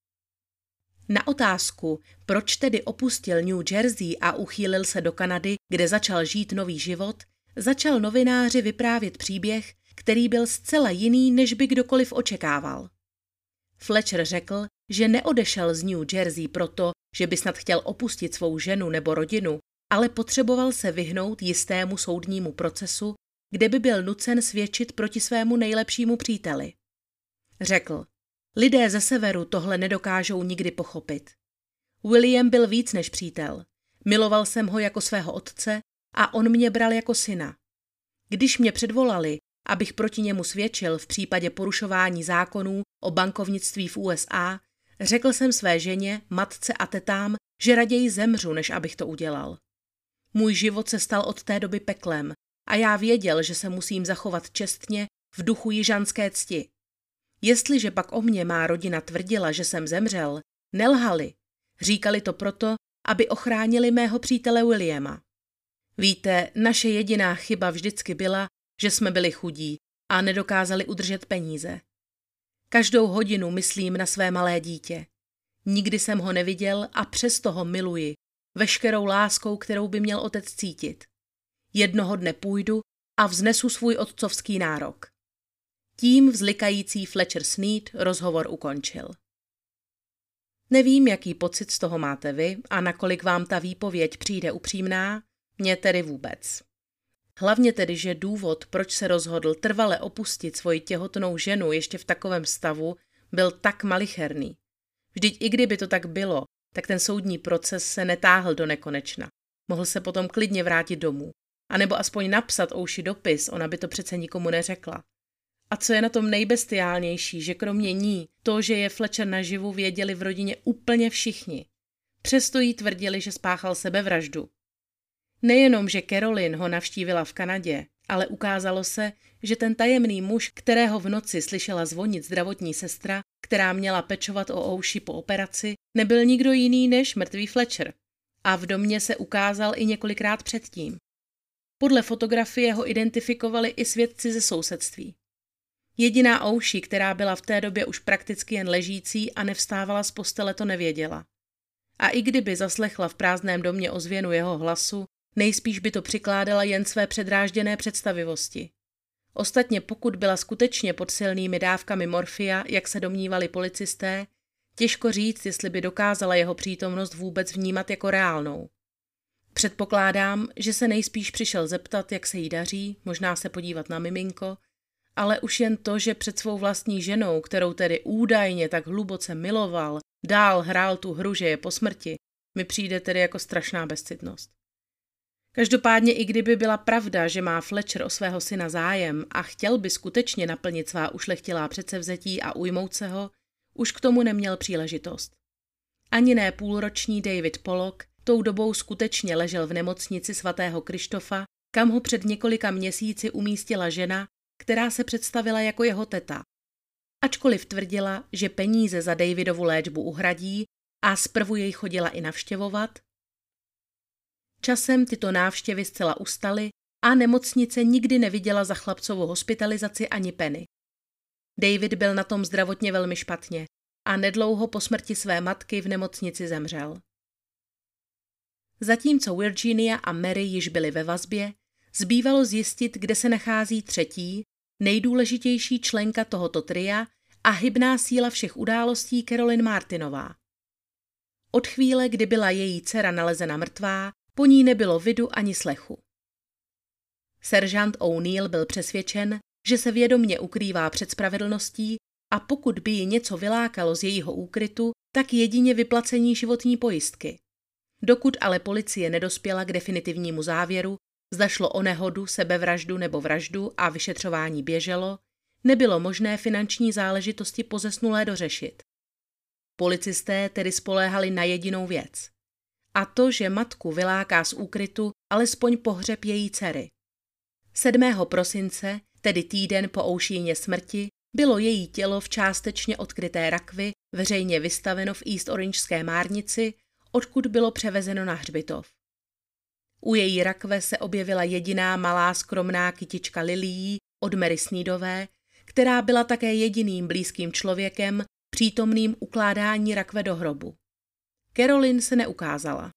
Na otázku, proč tedy opustil New Jersey a uchýlil se do Kanady, kde začal žít nový život, začal novináři vyprávět příběh, který byl zcela jiný, než by kdokoliv očekával. Fletcher řekl, že neodešel z New Jersey proto, že by snad chtěl opustit svou ženu nebo rodinu, ale potřeboval se vyhnout jistému soudnímu procesu, kde by byl nucen svědčit proti svému nejlepšímu příteli. Řekl: Lidé ze severu tohle nedokážou nikdy pochopit. William byl víc než přítel. Miloval jsem ho jako svého otce a on mě bral jako syna. Když mě předvolali, abych proti němu svědčil v případě porušování zákonů o bankovnictví v USA, řekl jsem své ženě, matce a tetám, že raději zemřu, než abych to udělal. Můj život se stal od té doby peklem a já věděl, že se musím zachovat čestně v duchu jižanské cti. Jestliže pak o mně má rodina tvrdila, že jsem zemřel, nelhali. Říkali to proto, aby ochránili mého přítele Williama. Víte, naše jediná chyba vždycky byla, že jsme byli chudí a nedokázali udržet peníze. Každou hodinu myslím na své malé dítě. Nikdy jsem ho neviděl a přesto ho miluji, veškerou láskou, kterou by měl otec cítit. Jednoho dne půjdu a vznesu svůj otcovský nárok. Tím vzlikající Fletcher Sneed rozhovor ukončil. Nevím, jaký pocit z toho máte vy a nakolik vám ta výpověď přijde upřímná, mně tedy vůbec. Hlavně tedy, že důvod, proč se rozhodl trvale opustit svoji těhotnou ženu ještě v takovém stavu, byl tak malicherný. Vždyť i kdyby to tak bylo, tak ten soudní proces se netáhl do nekonečna. Mohl se potom klidně vrátit domů. A nebo aspoň napsat Ouši dopis, ona by to přece nikomu neřekla. A co je na tom nejbestiálnější, že kromě ní, to, že je Fletcher naživu, věděli v rodině úplně všichni. Přesto jí tvrdili, že spáchal sebevraždu. Nejenom, že Carolyn ho navštívila v Kanadě, ale ukázalo se, že ten tajemný muž, kterého v noci slyšela zvonit zdravotní sestra, která měla pečovat o Ouši po operaci, nebyl nikdo jiný než mrtvý Fletcher. A v domě se ukázal i několikrát předtím. Podle fotografie ho identifikovali i svědci ze sousedství. Jediná Ouši, která byla v té době už prakticky jen ležící a nevstávala z postele, to nevěděla. A i kdyby zaslechla v prázdném domě ozvěnu jeho hlasu, nejspíš by to přikládala jen své předrážděné představivosti. Ostatně pokud byla skutečně pod silnými dávkami morfia, jak se domnívali policisté, těžko říct, jestli by dokázala jeho přítomnost vůbec vnímat jako reálnou. Předpokládám, že se nejspíš přišel zeptat, jak se jí daří, možná se podívat na miminko, ale už jen to, že před svou vlastní ženou, kterou tedy údajně tak hluboce miloval, dál hrál tu hru, že je po smrti, mi přijde tedy jako strašná bezcitnost. Každopádně i kdyby byla pravda, že má Fletcher o svého syna zájem a chtěl by skutečně naplnit svá ušlechtilá předsevzetí a ujmout se ho, už k tomu neměl příležitost. Ani ne půlroční David Pollock tou dobou skutečně ležel v nemocnici svatého Krištofa, kam ho před několika měsíci umístila žena, která se představila jako jeho teta. Ačkoliv tvrdila, že peníze za Davidovu léčbu uhradí a zprvu jej chodila i navštěvovat, časem tyto návštěvy zcela ustaly a nemocnice nikdy neviděla za chlapcovou hospitalizaci ani penny. David byl na tom zdravotně velmi špatně a nedlouho po smrti své matky v nemocnici zemřel. Zatímco Virginia a Mary již byly ve vazbě, zbývalo zjistit, kde se nachází třetí, nejdůležitější členka tohoto tria a hybná síla všech událostí Carolyn Martinová. Od chvíle, kdy byla její dcera nalezena mrtvá, po ní nebylo vidu ani slechu. Seržant O'Neill byl přesvědčen, že se vědomě ukrývá před spravedlností a pokud by ji něco vylákalo z jejího úkrytu, tak jedině vyplacení životní pojistky. Dokud ale policie nedospěla k definitivnímu závěru, zda šlo o nehodu, sebevraždu nebo vraždu a vyšetřování běželo, nebylo možné finanční záležitosti pozesnulé dořešit. Policisté tedy spoléhali na jedinou věc. A to, že matku vyláká z úkrytu alespoň pohřeb její dcery. 7. prosince, tedy týden po Oušině smrti, bylo její tělo v částečně odkryté rakvi veřejně vystaveno v East Orangeské márnici, odkud bylo převezeno na hřbitov. U její rakve se objevila jediná malá skromná kytička lilií od Mary Sneedové, která byla také jediným blízkým člověkem přítomným ukládání rakve do hrobu. Carolyn se neukázala.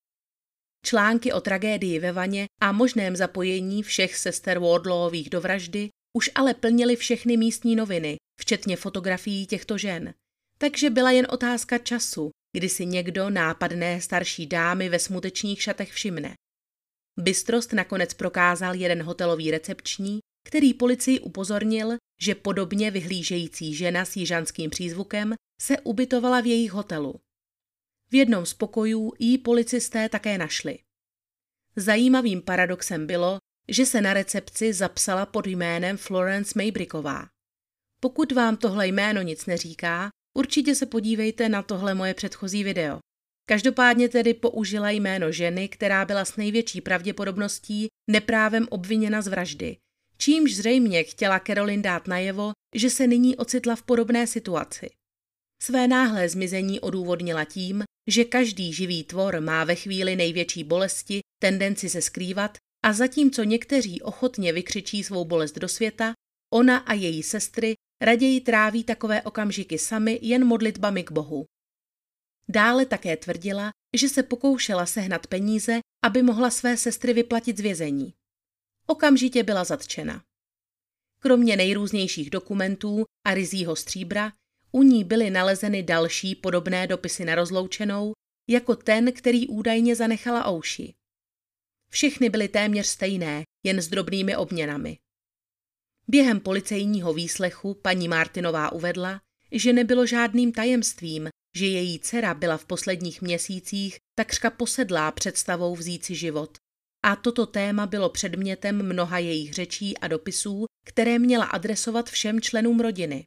Články o tragédii ve vaně a možném zapojení všech sester Wardlawových do vraždy už ale plnily všechny místní noviny, včetně fotografií těchto žen, takže byla jen otázka času, kdy si někdo nápadné starší dámy ve smutečných šatech všimne. Bystrost nakonec prokázal jeden hotelový recepční, který policii upozornil, že podobně vyhlížející žena s jižanským přízvukem se ubytovala v jejich hotelu. V jednom z pokojů jí policisté také našli. Zajímavým paradoxem bylo, že se na recepci zapsala pod jménem Florence Maybricková. Pokud vám tohle jméno nic neříká, určitě se podívejte na tohle moje předchozí video. Každopádně tedy použila jméno ženy, která byla s největší pravděpodobností neprávem obviněna z vraždy, čímž zřejmě chtěla Carolyn dát najevo, že se nyní ocitla v podobné situaci. Své náhlé zmizení odůvodnila tím, že každý živý tvor má ve chvíli největší bolesti tendenci se skrývat a zatímco někteří ochotně vykřičí svou bolest do světa, ona a její sestry raději tráví takové okamžiky sami jen modlitbami k Bohu. Dále také tvrdila, že se pokoušela sehnat peníze, aby mohla své sestry vyplatit z vězení. Okamžitě byla zatčena. Kromě nejrůznějších dokumentů a ryzího stříbra, u ní byly nalezeny další podobné dopisy na rozloučenou, jako ten, který údajně zanechala Oushi. Všechny byly téměř stejné, jen s drobnými obměnami. Během policejního výslechu paní Martinová uvedla, že nebylo žádným tajemstvím, že její dcera byla v posledních měsících takřka posedlá představou vzít si život. A toto téma bylo předmětem mnoha jejich řečí a dopisů, které měla adresovat všem členům rodiny.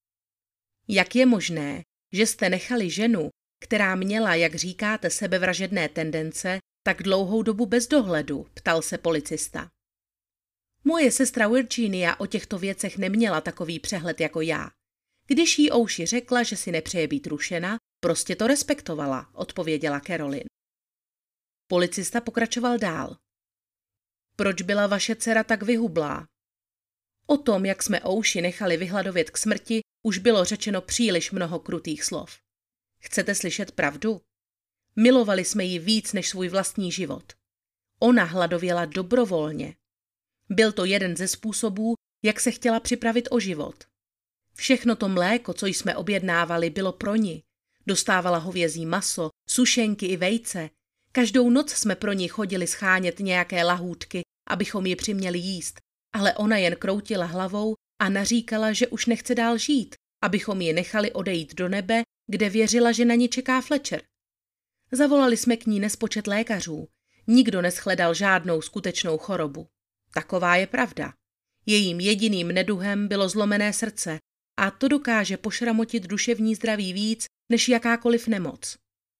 Jak je možné, že jste nechali ženu, která měla, jak říkáte, sebevražedné tendence, tak dlouhou dobu bez dohledu, ptal se policista. Moje sestra Virginia o těchto věcech neměla takový přehled jako já. Když jí Oushi řekla, že si nepřeje být rušena, prostě to respektovala, odpověděla Carolyn. Policista pokračoval dál. Proč byla vaše dcera tak vyhublá? O tom, jak jsme Oushi nechali vyhladovět k smrti, už bylo řečeno příliš mnoho krutých slov. Chcete slyšet pravdu? Milovali jsme ji víc než svůj vlastní život. Ona hladověla dobrovolně. Byl to jeden ze způsobů, jak se chtěla připravit o život. Všechno to mléko, co jsme objednávali, bylo pro ni. Dostávala hovězí maso, sušenky i vejce. Každou noc jsme pro ní chodili schánět nějaké lahůdky, abychom ji přiměli jíst, ale ona jen kroutila hlavou a naříkala, že už nechce dál žít, abychom ji nechali odejít do nebe, kde věřila, že na ní čeká Fletcher. Zavolali jsme k ní nespočet lékařů. Nikdo neschledal žádnou skutečnou chorobu. Taková je pravda. Jejím jediným neduhem bylo zlomené srdce a to dokáže pošramotit duševní zdraví víc než jakákoliv nemoc.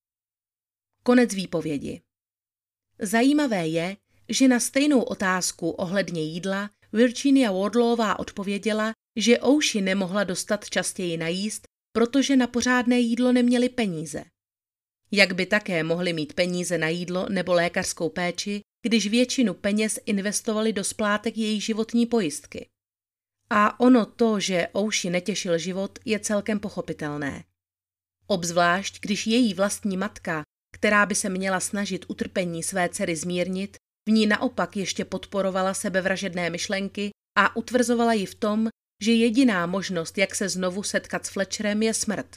Konec výpovědi. Zajímavé je, že na stejnou otázku ohledně jídla Virginia Wardlawová odpověděla, že Oushi nemohla dostat častěji najíst, protože na pořádné jídlo neměli peníze. Jak by také mohli mít peníze na jídlo nebo lékařskou péči, když většinu peněz investovali do splátek její životní pojistky. A ono to, že Oushi netěšil život, je celkem pochopitelné. Obzvlášť, když její vlastní matka, která by se měla snažit utrpení své dcery zmírnit, v ní naopak ještě podporovala sebevražedné myšlenky a utvrzovala ji v tom, že jediná možnost, jak se znovu setkat s Fletcherem, je smrt.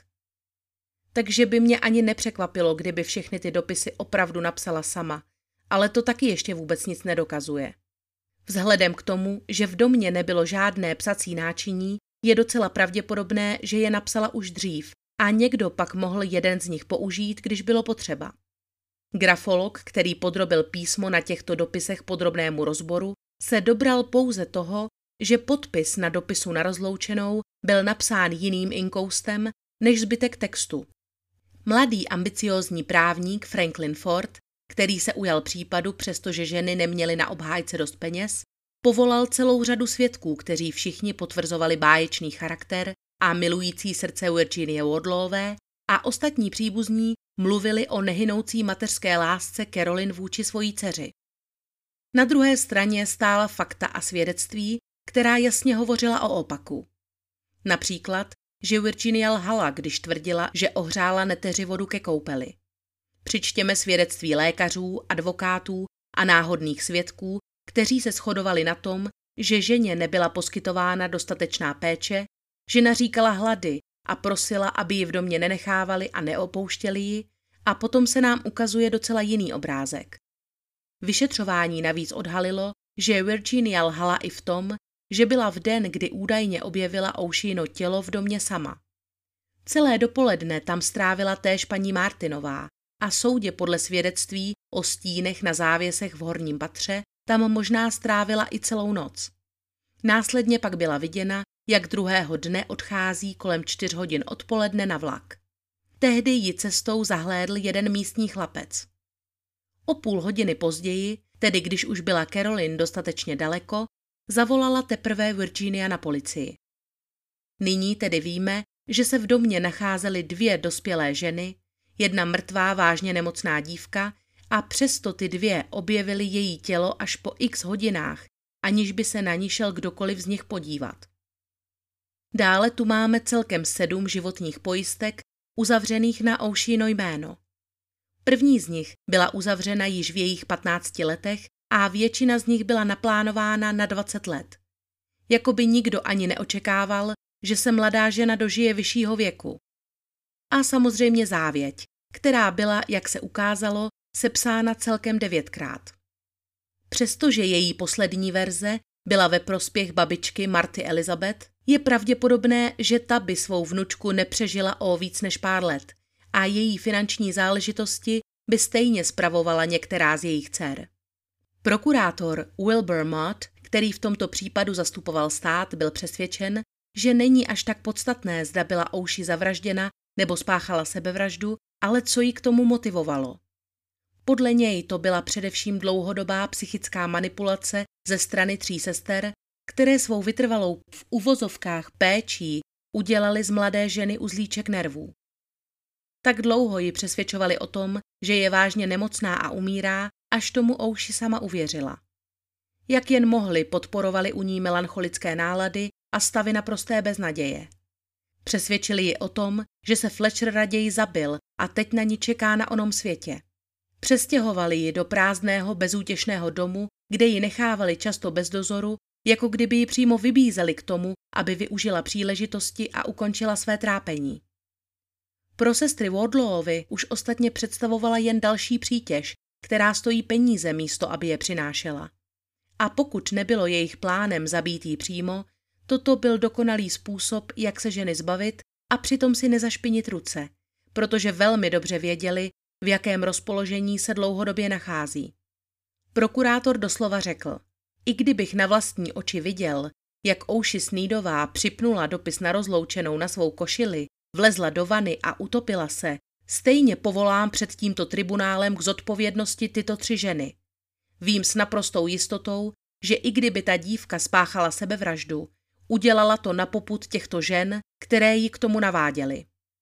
Takže by mě ani nepřekvapilo, kdyby všechny ty dopisy opravdu napsala sama, ale to taky ještě vůbec nic nedokazuje. Vzhledem k tomu, že v domě nebylo žádné psací náčiní, je docela pravděpodobné, že je napsala už dřív a někdo pak mohl jeden z nich použít, když bylo potřeba. Grafolog, který podrobil písmo na těchto dopisech podrobnému rozboru, se dobral pouze toho, že podpis na dopisu na rozloučenou byl napsán jiným inkoustem než zbytek textu. Mladý ambiciózní právník Franklin Ford, který se ujal případu, přestože ženy neměly na obhájce dost peněz, povolal celou řadu svědků, kteří všichni potvrzovali báječný charakter a milující srdce Virginie Wardlawové a ostatní příbuzní mluvili o nehynoucí mateřské lásce Carolyn vůči svojí dceři. Na druhé straně stála fakta a svědectví, která jasně hovořila o opaku. Například, že Virginia lhala, když tvrdila, že ohřála neteři vodu ke koupeli. Přičtěme svědectví lékařů, advokátů a náhodných svědků, kteří se shodovali na tom, že ženě nebyla poskytována dostatečná péče, že naříkala hlady a prosila, aby ji v domě nenechávali a neopouštěli ji, a potom se nám ukazuje docela jiný obrázek. Vyšetřování navíc odhalilo, že Virginia lhala i v tom, že byla v den, kdy údajně objevila Oushino tělo v domě sama. Celé dopoledne tam strávila též paní Martinová a soudě podle svědectví o stínech na závěsech v horním patře tam možná strávila i celou noc. Následně pak byla viděna, jak druhého dne odchází kolem 4 hodin odpoledne na vlak. Tehdy ji cestou zahlédl jeden místní chlapec. O půl hodiny později, tedy když už byla Carolyn dostatečně daleko, zavolala teprve Virginia na policii. Nyní tedy víme, že se v domě nacházely 2 dospělé ženy, jedna mrtvá vážně nemocná dívka a přesto ty 2 objevily její tělo až po x hodinách, aniž by se na ní šel kdokoliv z nich podívat. Dále tu máme celkem 7 životních pojistek, uzavřených na Oushino jméno. První z nich byla uzavřena již v jejich 15 letech a většina z nich byla naplánována na 20 let. Jakoby nikdo ani neočekával, že se mladá žena dožije vyššího věku. A samozřejmě závěť, která byla, jak se ukázalo, sepsána celkem 9krát. Přestože její poslední verze byla ve prospěch babičky Marty Elizabeth, je pravděpodobné, že ta by svou vnučku nepřežila o víc než pár let a její finanční záležitosti by stejně spravovala některá z jejich dcer. Prokurátor Wilbur Mott, který v tomto případu zastupoval stát, byl přesvědčen, že není až tak podstatné, zda byla Oushi zavražděna nebo spáchala sebevraždu, ale co ji k tomu motivovalo. Podle něj to byla především dlouhodobá psychická manipulace ze strany 3 sester, které svou vytrvalou v uvozovkách péčí udělali z mladé ženy uzlíček nervů. Tak dlouho ji přesvědčovali o tom, že je vážně nemocná a umírá, až tomu Oushi sama uvěřila. Jak jen mohli, podporovali u ní melancholické nálady a stavy naprosté beznaděje. Přesvědčili ji o tom, že se Fletcher raději zabil a teď na ní čeká na onom světě. Přestěhovali ji do prázdného, bezútěšného domu, kde ji nechávali často bez dozoru, jako kdyby ji přímo vybízeli k tomu, aby využila příležitosti a ukončila své trápení. Pro sestry Wardlawovi už ostatně představovala jen další přítěž, která stojí peníze místo, aby je přinášela. A pokud nebylo jejich plánem zabít ji přímo, toto byl dokonalý způsob, jak se ženy zbavit a přitom si nezašpinit ruce, protože velmi dobře věděli, v jakém rozpoložení se dlouhodobě nachází. Prokurátor doslova řekl: i kdybych na vlastní oči viděl, jak Oushi Sneadová připnula dopis na rozloučenou na svou košili, vlezla do vany a utopila se, stejně povolám před tímto tribunálem k zodpovědnosti tyto 3 ženy. Vím s naprostou jistotou, že i kdyby ta dívka spáchala sebevraždu, udělala to na popud těchto žen, které ji k tomu naváděly.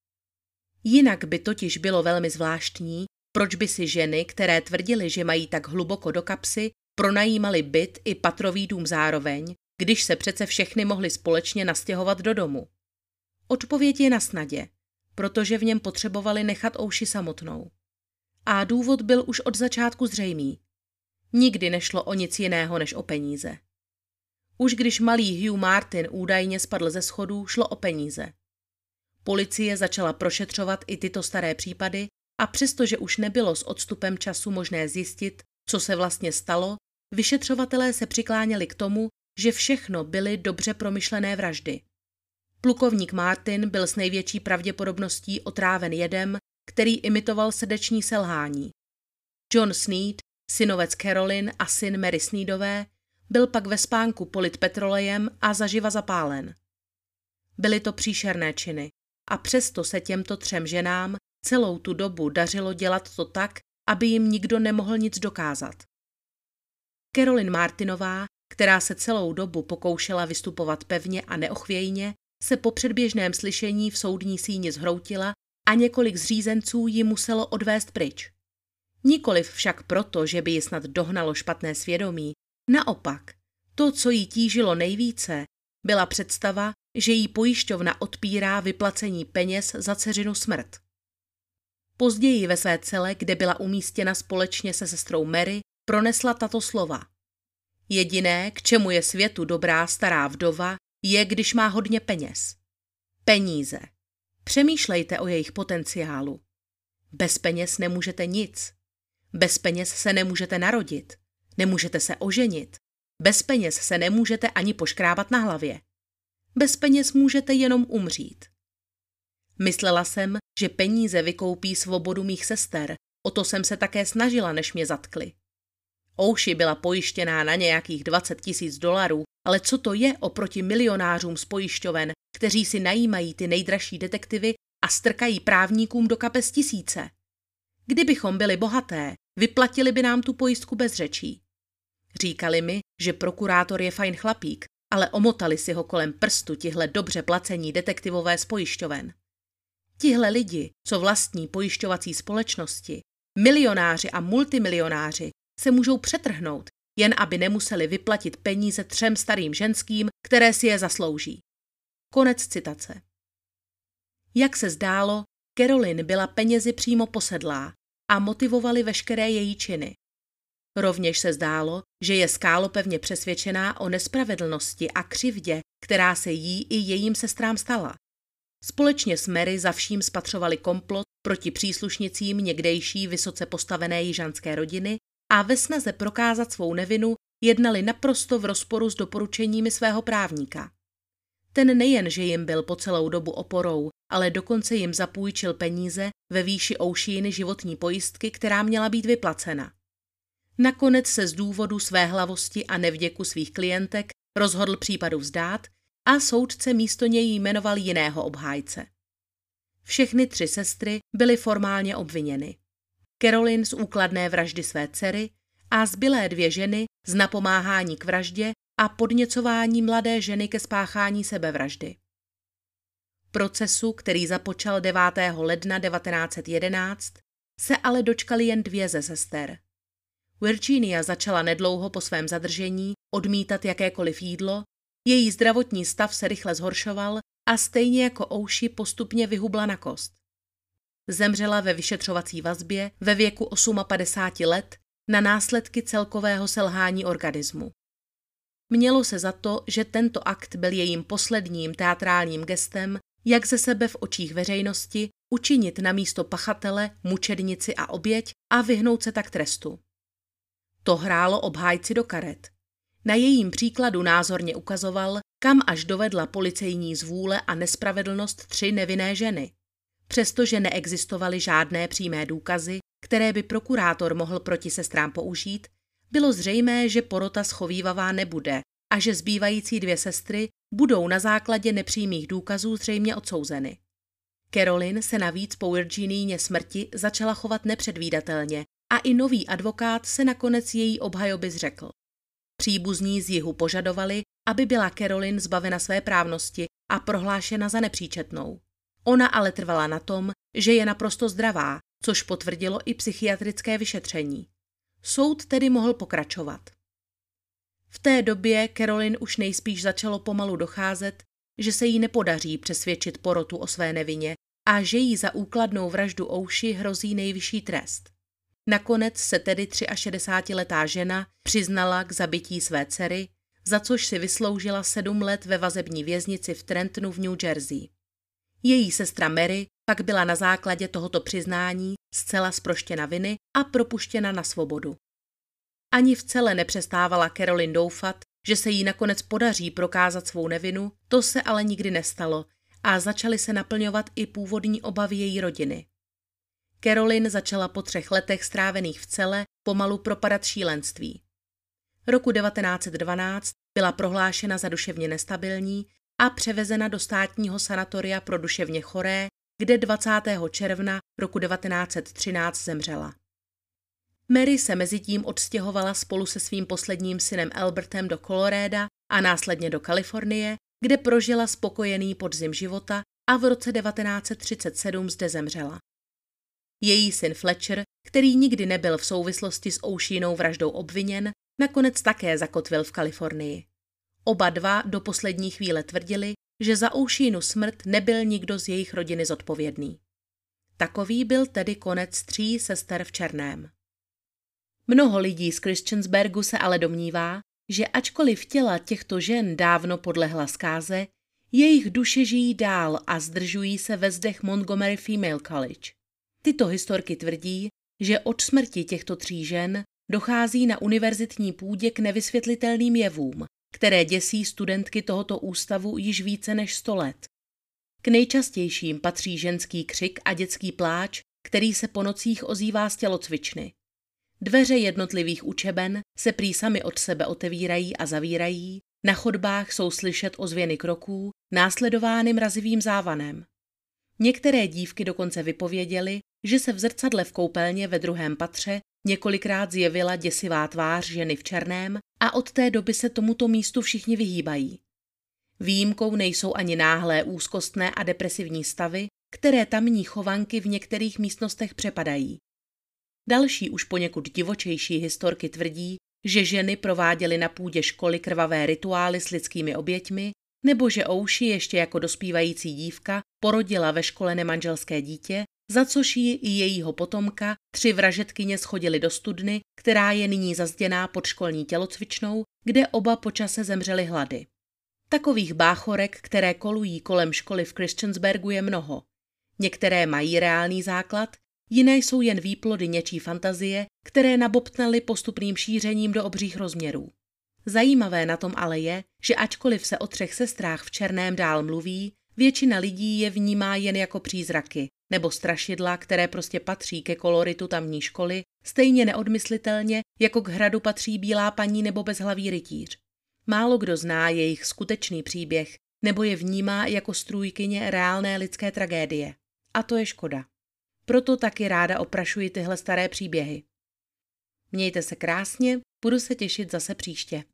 Jinak by totiž bylo velmi zvláštní, proč by si ženy, které tvrdily, že mají tak hluboko do kapsy, pronajímaly byt i patrový dům zároveň, když se přece všechny mohly společně nastěhovat do domu. Odpověď je na snadě, protože v něm potřebovali nechat Oushi samotnou. A důvod byl už od začátku zřejmý. Nikdy nešlo o nic jiného než o peníze. Už když malý Hugh Martin údajně spadl ze schodů, šlo o peníze. Policie začala prošetřovat i tyto staré případy a přestože už nebylo s odstupem času možné zjistit, co se vlastně stalo, vyšetřovatelé se přikláněli k tomu, že všechno byly dobře promyšlené vraždy. Plukovník Martin byl s největší pravděpodobností otráven jedem, který imitoval srdeční selhání. John Snead, synovec Caroline a syn Mary Sneadové, byl pak ve spánku polit petrolejem a zaživa zapálen. Byly to příšerné činy a přesto se těmto 3 ženám celou tu dobu dařilo dělat to tak, aby jim nikdo nemohl nic dokázat. Caroline Martinová, která se celou dobu pokoušela vystupovat pevně a neochvějně, se po předběžném slyšení v soudní síni zhroutila a několik zřízenců ji muselo odvést pryč. Nikoliv však proto, že by ji snad dohnalo špatné svědomí, naopak, to, co jí tížilo nejvíce, byla představa, že jí pojišťovna odpírá vyplacení peněz za dceřinu smrt. Později ve své cele, kde byla umístěna společně se sestrou Mary, pronesla tato slova. Jediné, k čemu je světu dobrá stará vdova, je, když má hodně peněz. Peníze. Přemýšlejte o jejich potenciálu. Bez peněz nemůžete nic. Bez peněz se nemůžete narodit. Nemůžete se oženit. Bez peněz se nemůžete ani poškrábat na hlavě. Bez peněz můžete jenom umřít. Myslela jsem, že peníze vykoupí svobodu mých sester, o to jsem se také snažila, než mě zatkli. Oushi byla pojištěná na nějakých $20,000, ale co to je oproti milionářům z pojišťoven, kteří si najímají ty nejdražší detektivy a strkají právníkům do kapes tisíce? Kdybychom byli bohaté, vyplatili by nám tu pojistku bez řečí. Říkali mi, že prokurátor je fajn chlapík, ale omotali si ho kolem prstu tihle dobře placení detektivové z pojišťoven. Tihle lidi, co vlastní pojišťovací společnosti, milionáři a multimilionáři, se můžou přetrhnout, jen aby nemuseli vyplatit peníze 3 starým ženským, které si je zaslouží. Konec citace. Jak se zdálo, Carolyn byla penězi přímo posedlá a motivovaly veškeré její činy. Rovněž se zdálo, že je skálopevně přesvědčená o nespravedlnosti a křivdě, která se jí i jejím sestrám stala. Společně s Mary za vším spatřovali komplot proti příslušnicím někdejší vysoce postavené jižanské rodiny a ve snaze prokázat svou nevinu jednali naprosto v rozporu s doporučeními svého právníka. Ten nejen, že jim byl po celou dobu oporou, ale dokonce jim zapůjčil peníze ve výši Oceany životní pojistky, která měla být vyplacena. Nakonec se z důvodu své hlavosti a nevděku svých klientek rozhodl případu vzdát a soudce místo něj jmenoval jiného obhájce. Všechny 3 sestry byly formálně obviněny. Carolyn z úkladné vraždy své dcery a zbylé 2 ženy z napomáhání k vraždě a podněcování mladé ženy ke spáchání sebevraždy. Procesu, který započal 9. ledna 1911, se ale dočkali jen 2 ze sester. Virginia začala nedlouho po svém zadržení odmítat jakékoliv jídlo, její zdravotní stav se rychle zhoršoval a stejně jako Oushi postupně vyhubla na kost. Zemřela ve vyšetřovací vazbě ve věku 58 let na následky celkového selhání organismu. Mělo se za to, že tento akt byl jejím posledním teatrálním gestem, jak ze sebe v očích veřejnosti učinit namísto pachatele, mučednici a oběť a vyhnout se tak trestu. To hrálo obhájci do karet. Na jejím příkladu názorně ukazoval, kam až dovedla policejní zvůle a nespravedlnost 3 nevinné ženy. Přestože neexistovaly žádné přímé důkazy, které by prokurátor mohl proti sestrám použít, bylo zřejmé, že porota schovívavá nebude a že zbývající 2 sestry budou na základě nepřímých důkazů zřejmě odsouzeny. Carolyn se navíc po Virginiině smrti začala chovat nepředvídatelně a i nový advokát se nakonec její obhajoby zřekl. Příbuzní z jihu požadovali, aby byla Carolyn zbavena své právnosti a prohlášena za nepříčetnou. Ona ale trvala na tom, že je naprosto zdravá, což potvrdilo i psychiatrické vyšetření. Soud tedy mohl pokračovat. V té době Carolyn už nejspíš začalo pomalu docházet, že se jí nepodaří přesvědčit porotu o své nevině a že jí za úkladnou vraždu Oushi hrozí nejvyšší trest. Nakonec se tedy 63letá žena přiznala k zabití své dcery, za což si vysloužila 7 let ve vazební věznici v Trentonu v New Jersey. Její sestra Mary pak byla na základě tohoto přiznání zcela zproštěna viny a propuštěna na svobodu. Ani vcele nepřestávala Carolyn doufat, že se jí nakonec podaří prokázat svou nevinu, to se ale nikdy nestalo a začaly se naplňovat i původní obavy její rodiny. Carolyn začala po 3 letech strávených v cele pomalu propadat šílenství. Roku 1912 byla prohlášena za duševně nestabilní a převezena do státního sanatoria pro duševně choré, kde 20. června roku 1913 zemřela. Mary se mezitím odstěhovala spolu se svým posledním synem Albertem do Colorada a následně do Kalifornie, kde prožila spokojený podzim života a v roce 1937 zde zemřela. Její syn Fletcher, který nikdy nebyl v souvislosti s Oceanou vraždou obviněn, nakonec také zakotvil v Kalifornii. Oba 2 do poslední chvíle tvrdili, že za Oceanu smrt nebyl nikdo z jejich rodiny zodpovědný. Takový byl tedy konec 3 sester v černém. Mnoho lidí z Christiansburgu se ale domnívá, že ačkoliv těla těchto žen dávno podlehla zkáze, jejich duše žijí dál a zdržují se ve zdech Montgomery Female College. Tyto historky tvrdí, že od smrti těchto 3 žen dochází na univerzitní půdě k nevysvětlitelným jevům, které děsí studentky tohoto ústavu již více než 100 let. K nejčastějším patří ženský křik a dětský pláč, který se po nocích ozývá z tělocvičny. Dveře jednotlivých učeben se prý sami od sebe otevírají a zavírají, na chodbách jsou slyšet ozvěny kroků, následovány mrazivým závanem. Některé dívky dokonce vypověděly, že se v zrcadle v koupelně ve 2. patře několikrát zjevila děsivá tvář ženy v černém a od té doby se tomuto místu všichni vyhýbají. Výjimkou nejsou ani náhlé úzkostné a depresivní stavy, které tamní chovanky v některých místnostech přepadají. Další už poněkud divočejší historky tvrdí, že ženy prováděly na půdě školy krvavé rituály s lidskými oběťmi, nebo že Ouši ještě jako dospívající dívka porodila ve škole nemanželské dítě, za což ji i jejího potomka 3 vražedkyně shodily do studny, která je nyní zazděná pod školní tělocvičnou, kde oba po čase zemřeli hlady. Takových báchorek, které kolují kolem školy v Christiansbergu, je mnoho. Některé mají reálný základ, jiné jsou jen výplody něčí fantazie, které nabobtnaly postupným šířením do obřích rozměrů. Zajímavé na tom ale je, že ačkoliv se o 3 sestrách v černém dál mluví, většina lidí je vnímá jen jako přízraky nebo strašidla, které prostě patří ke koloritu tamní školy, stejně neodmyslitelně, jako k hradu patří bílá paní nebo bezhlavý rytíř. Málo kdo zná jejich skutečný příběh nebo je vnímá jako strůjkyně reálné lidské tragédie. A to je škoda. Proto taky ráda oprašuji tyhle staré příběhy. Mějte se krásně, budu se těšit zase příště.